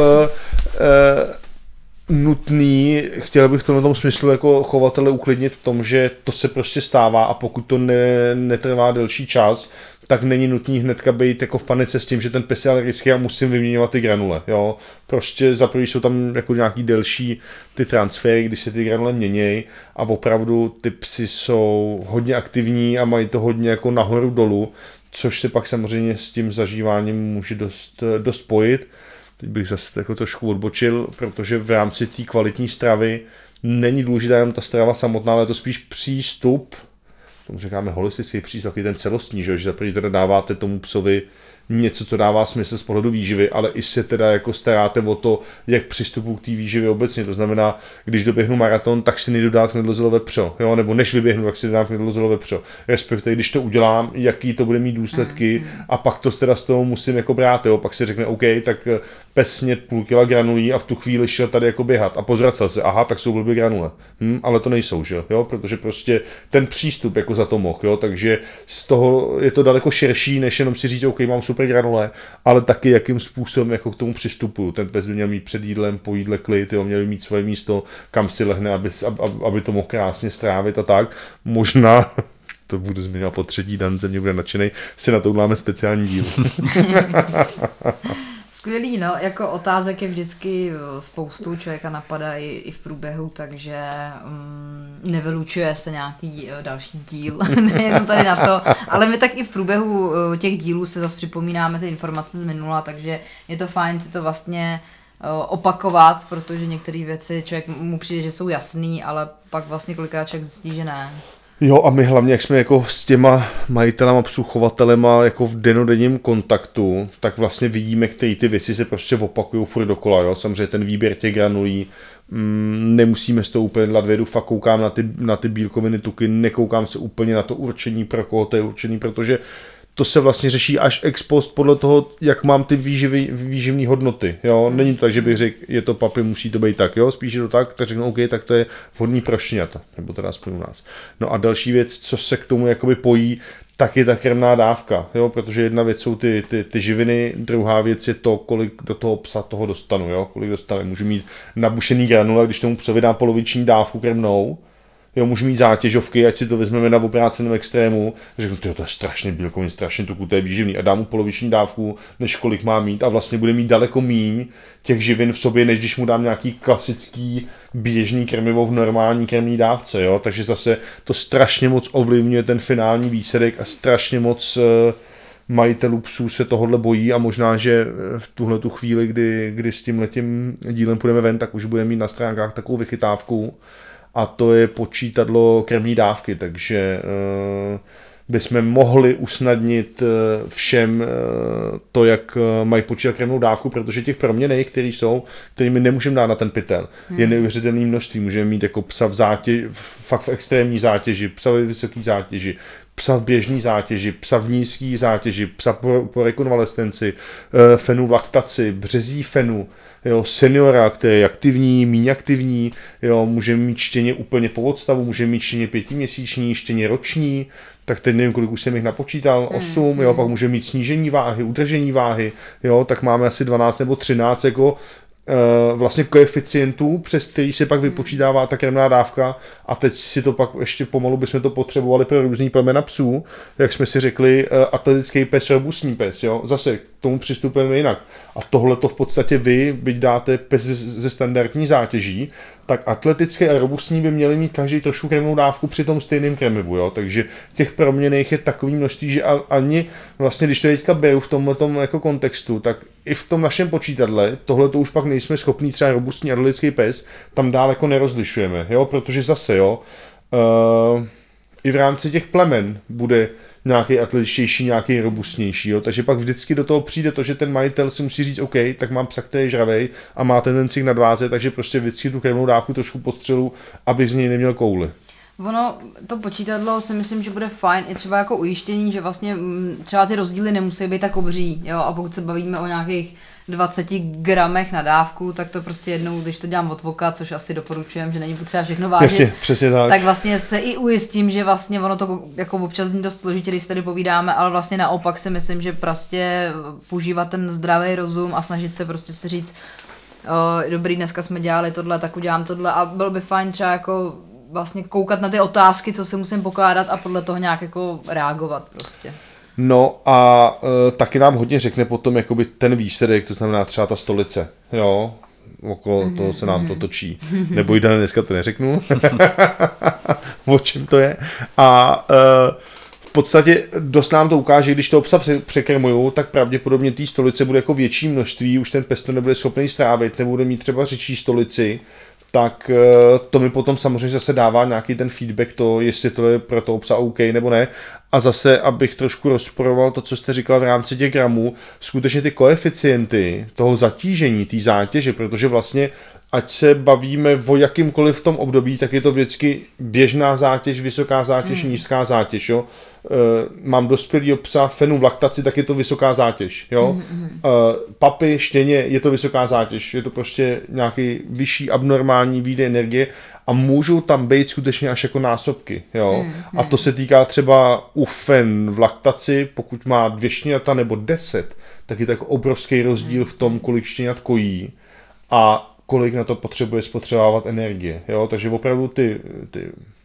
uh, nutný, chtěl bych to na tom smyslu jako chovatele uklidnit v tom, že to se prostě stává a pokud to ne, netrvá delší čas, tak není nutný hnedka být jako v panice s tím, že ten pes je alergický a musím vyměňovat ty granule, jo. Prostě za první jsou tam jako nějaký delší ty transfery, když se ty granule měnějí a opravdu ty psy jsou hodně aktivní a mají to hodně jako nahoru dolů, což se pak samozřejmě s tím zažíváním může dost, dost spojit. Teď bych zase jako trošku odbočil, protože v rámci té kvalitní stravy není důležitá jenom ta strava samotná, ale je to spíš přístup, tomu říkáme holistický přístup, taky ten celostní, že za první teda dáváte tomu psovi něco, co dává smysl z pohledu výživy, ale i se teda jako staráte o to, jak přistupuji k té výživě obecně. To znamená, když doběhnu maraton, tak si nejdu dát knedlozilo vepřo, jo? Nebo než vyběhnu, tak si dám knedlozilo vepřo. Respektive, když to udělám, jaký to bude mít důsledky a pak to teda z toho musím jako brát, jo? Pak si řekne, OK, tak pes sněd půl kila granulí a v tu chvíli šel tady jako běhat a pozvracel se, aha, tak jsou blbě granule. Hm, ale to nejsou, že jo? Protože prostě ten přístup jako za to mohl, jo? Takže z toho je to daleko širší, než jenom si říct, OK, mám super granule, ale taky jakým způsobem jako k tomu přistupuju. Ten pes by měl mít před jídlem, po jídle klid, jo? Měl mít svoje místo, kam si lehne, aby, aby to mohl krásně strávit a tak. Možná to budu zmiňovat po třetí den, ze mě bude nadšenej, si na to uděláme speciální díl. Skvělý, no, jako otázek je vždycky spoustu, člověka napadá i, i v průběhu, takže um, nevylučuje se nějaký uh, další díl, nejenom tady na to, ale my tak i v průběhu uh, těch dílů se zase připomínáme ty informace z minula, takže je to fajn si to vlastně uh, opakovat, protože některé věci člověk mu přijde, že jsou jasný, ale pak vlastně kolikrát člověk zjistí, že ne. Jo a my hlavně, jak jsme jako s těma majitelama psů, chovatelema jako v denodenním kontaktu, tak vlastně vidíme, které ty věci se prostě opakují furt dokola, jo. Samozřejmě ten výběr těch granulí, mm, nemusíme s tou úplně dlat vědu, fakt koukám na ty, na ty bílkoviny, tuky, nekoukám se úplně na to určení, pro koho to je určený, protože to se vlastně řeší až ex post podle toho, jak mám ty výživy, výživné hodnoty, jo. Není to tak, že bych řekl, je to papi, musí to být tak, jo. Spíš je to tak, tak řeknu, OK, tak to je vhodný pro štěňata, nebo teda aspoň u nás. No a další věc, co se k tomu jakoby pojí, tak je ta krmná dávka, jo, protože jedna věc jsou ty, ty, ty živiny, druhá věc je to, kolik do toho psa toho dostanu, jo, kolik dostane. Můžu mít nabušený granule, když tomu psovi dám poloviční dávku krmnou, jo, můžu mít zátěžovky, ať si to vezmeme na obráceném extrému, řeknu, tyjo, to je strašně bílkovin, strašně tuku, to je výživný a dám mu poloviční dávku, než kolik má mít a vlastně bude mít daleko míň těch živin v sobě, než když mu dám nějaký klasický běžný krmivo v normální krmní dávce, jo, takže zase to strašně moc ovlivňuje ten finální výsledek a strašně moc uh, majitelů psů se tohodle bojí a možná, že v tuhle tu chvíli, kdy, kdy s tímhletím dílem půjdeme ven, tak už budeme mít na stránkách takovou vychytávku, a to je počítadlo krmní dávky, takže uh, bychom mohli usnadnit uh, všem uh, to, jak uh, mají počítat krmnou dávku, protože těch proměnej, které jsou, kterými nemůžeme dát na ten pytel, hmm. je neuvěřitelné množství. Můžeme mít jako psa v zátěži, fakt v extrémní zátěži, psa ve vysoké zátěži, psa v běžné zátěži, psa v nízké zátěži, psa po, po rekonvalescenci, fenu v laktaci, březí fenu, jo, seniora, který je aktivní, míň aktivní, jo, můžeme mít štěně úplně po odstavu, můžeme mít štěně pětiměsíční, štěně roční, tak teď nevím, kolik už jsem jich napočítal, osm, mm, jo, mm. pak můžeme mít snížení váhy, udržení váhy, jo, tak máme asi dvanáct nebo třináct jako vlastně koeficientů, přes který se pak vypočítává ta krmná dávka a teď si to pak ještě pomalu bychom to potřebovali pro různý plemena psů, jak jsme si řekli, atletický pes, robustní pes, jo, zase k tomu přistupujeme jinak. A tohle to v podstatě vy, byť dáte pes ze standardní zátěží, tak atletický a robustní by měli mít každý trošku krmnou dávku při tom stejném krmivu, jo, takže těch proměnných je takový množství, že ani vlastně, když to teďka beru v tomhletom jako kontextu, tak i v tom našem počítadle, tohle to už pak nejsme schopní, třeba robustní atletický pes, tam dál jako nerozlišujeme, jo, protože zase, jo, uh, i v rámci těch plemen bude nějaký atletičtější, nějaký robustnější, jo, takže pak vždycky do toho přijde to, že ten majitel si musí říct, OK, tak mám psa, který je žravej a má tendenci k nadváze, takže prostě vždycky tu krmnou dávku trošku postřelu, aby z něj neměl kouli. Ono, to počítadlo si myslím, že bude fajn i třeba jako ujištění, že vlastně třeba ty rozdíly nemusí být tak obří, jo, a pokud se bavíme o nějakých dvacet gramech na dávku, tak to prostě jednou, když to dělám od voka, což asi doporučujem, že není potřeba všechno vážit, Jasně, přesně tak. tak vlastně se i ujistím, že vlastně ono to jako občas zní dost složitě, když tady povídáme, ale vlastně naopak si myslím, že prostě používat ten zdravý rozum a snažit se prostě si říct, dobrý, dneska jsme dělali tohle, tak udělám tohle a bylo by fajn třeba jako vlastně koukat na ty otázky, co si musím pokládat a podle toho nějak jako reagovat prostě. No a e, taky nám hodně řekne potom jakoby ten výsledek, to znamená třeba ta stolice, jo, okolo mm-hmm. toho se nám to točí. Nebo jde, dneska to neřeknu, o čem to je. A e, v podstatě dost nám to ukáže, když toho psa překrmuju, tak pravděpodobně té stolice bude jako větší množství, už ten pes to nebude schopný strávit, nebude mít třeba řečí stolici, tak to mi potom samozřejmě zase dává nějaký ten feedback to, jestli to je pro toho psa OK nebo ne. A zase, abych trošku rozporoval to, co jste říkal v rámci těch gramů, skutečně ty koeficienty toho zatížení, té zátěže, protože vlastně ať se bavíme o jakýmkoliv v tom období, tak je to vždycky běžná zátěž, vysoká zátěž, mm. nízká zátěž, jo. Uh, mám dospělýho psa, fenu v laktaci, tak je to vysoká zátěž, jo. Mm, mm. Uh, papy, štěně, je to vysoká zátěž, je to prostě nějaký vyšší abnormální výdej energie a můžou tam být skutečně až jako násobky, jo. Mm, a to se týká třeba u fen v laktaci, pokud má dvě štěňata nebo deset, tak je tak obrovský rozdíl v tom, kolik štěňat kojí a kolik na to potřebuje spotřebovávat energie, jo, takže opravdu ty, ty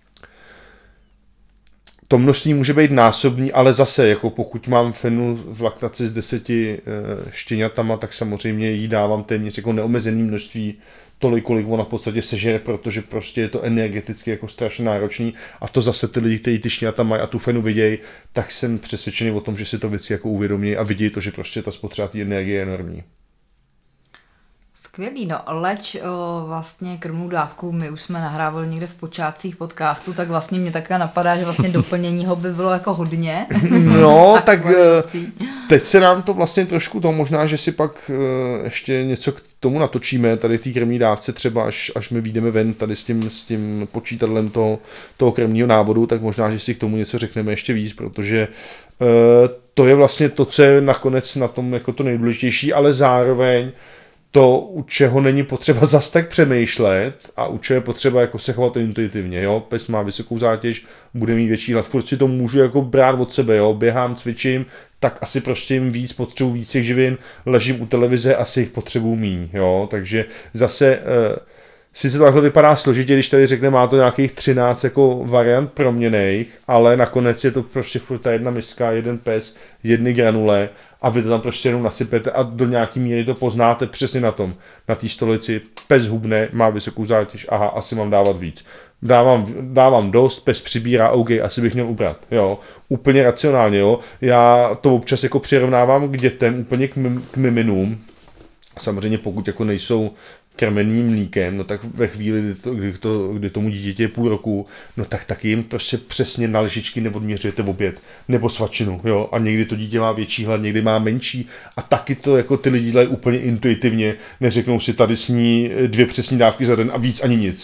to množství může být násobný, ale zase, jako pokud mám fenu v laktaci s deseti e, štěňatama, tak samozřejmě jí dávám téměř jako neomezený množství, tolik, kolik ona v podstatě sežere, protože prostě je to energeticky jako strašně náročný a to zase ty lidi, kteří ty štěňata mají a tu fenu vidějí, tak jsem přesvědčený o tom, že si to věci jako uvědomí a vidí to, že prostě ta spotřeba té energie je enormní. Skvělý, no leč o, vlastně krmnou dávku, my už jsme nahrávali někde v počátcích podcastu, tak vlastně mě také napadá, že vlastně doplnění ho by bylo jako hodně. No, tak teď se nám to vlastně trošku to možná, že si pak ještě něco k tomu natočíme, tady té krmní dávce třeba, až, až my vyjdeme ven tady s tím, s tím počítadlem toho, toho krmního návodu, tak možná, že si k tomu něco řekneme ještě víc, protože uh, to je vlastně to, co je nakonec na tom jako to nejdůležitější, ale zároveň to, u čeho není potřeba zas tak přemýšlet a u čeho je potřeba jako se chovat intuitivně, jo, pes má vysokou zátěž, bude mít větší hlad, furt si to můžu jako brát od sebe, jo, běhám, cvičím, tak asi prostě jim víc, potřebuji víc těch živin, ležím u televize, asi jich potřebuji míň, jo, takže zase, eh, sice to takhle vypadá složitě, když tady řekne, má to nějakých třináct jako variant proměnejch, ale nakonec je to prostě furt ta jedna miska, jeden pes, jedny granule, a vy to tam prostě jenom nasypete a do nějaký míry to poznáte přesně na tom. Na té stolici pes hubne, má vysokou zátěž, aha, asi mám dávat víc. Dávám, dávám dost, pes přibírá, OK, asi bych měl ubrat, jo. Úplně racionálně, jo. Já to občas jako přirovnávám k dětem, úplně k, mim, k miminům. Samozřejmě pokud jako nejsou krmeným mlíkem, no tak ve chvíli, kdy, to, kdy, to, kdy tomu dítěti je půl roku, no tak taky jim prostě přesně na lžičky neodměřujete oběd, nebo svačinu, jo, a někdy to dítě má větší hlad, někdy má menší a taky to jako ty lidi dělají úplně intuitivně, neřeknou si tady sní dvě přesní dávky za den a víc ani nic.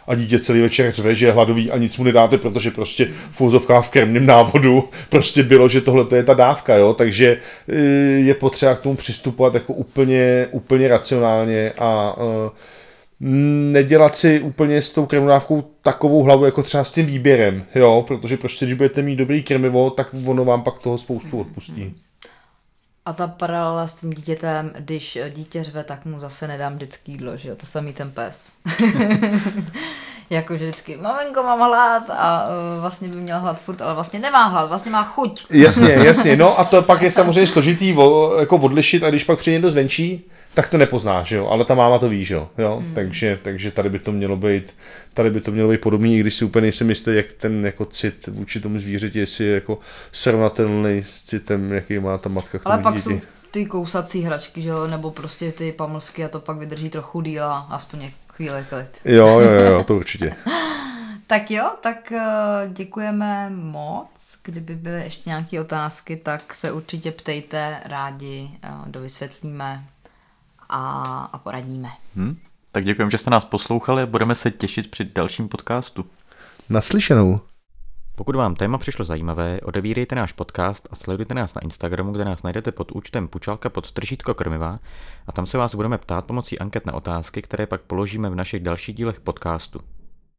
a dítě celý večer řve, že je hladový a nic mu nedáte, protože prostě v úzovkách v krmném návodu prostě bylo, že tohle je ta dávka, jo, takže je potřeba k tomu přistupovat jako úplně, úplně racionálně a nedělat si úplně s tou krmnou dávkou takovou hlavu jako třeba s tím výběrem, jo, protože prostě když budete mít dobrý krmivo, tak ono vám pak toho spoustu odpustí. A ta paralela s tím dítětem, když dítě řve, tak mu zase nedám vždycky jídlo, že jo, to samý ten pes. Jakože vždycky, maminko, mám hlad a uh, vlastně by měl hlad furt, ale vlastně nemá hlad, vlastně má chuť. Jasně, jasně, no a to pak je samozřejmě složitý o, jako odlišit a když pak přijde někdo zvenčí, tak to nepoznáš, jo, ale ta máma to ví, že jo, jo? Hmm. takže, takže tady by to mělo být, tady by to mělo být podobný, i když si úplně nejsem jistý, jak ten jako cit vůči tomu zvířeti, jestli je jako srovnatelný s citem, jaký má ta matka k tomu ale pak dítěti. Jsou ty kousací hračky, že jo, nebo prostě ty pamlsky a to pak vydrží trochu díla, aspoň chvíli klid. Jo, jo, jo, to určitě. Tak jo, tak děkujeme moc. Kdyby byly ještě nějaké otázky, tak se určitě ptejte, rádi dovysvětlíme a, a poradíme. Hmm? Tak děkujeme, že jste nás poslouchali a budeme se těšit při dalším podcastu. Naslyšenou. Pokud vám téma přišlo zajímavé, odebírejte náš podcast a sledujte nás na Instagramu, kde nás najdete pod účtem Pučálka pod tržítko krmiva a tam se vás budeme ptát pomocí anket na otázky, které pak položíme v našich dalších dílech podcastu.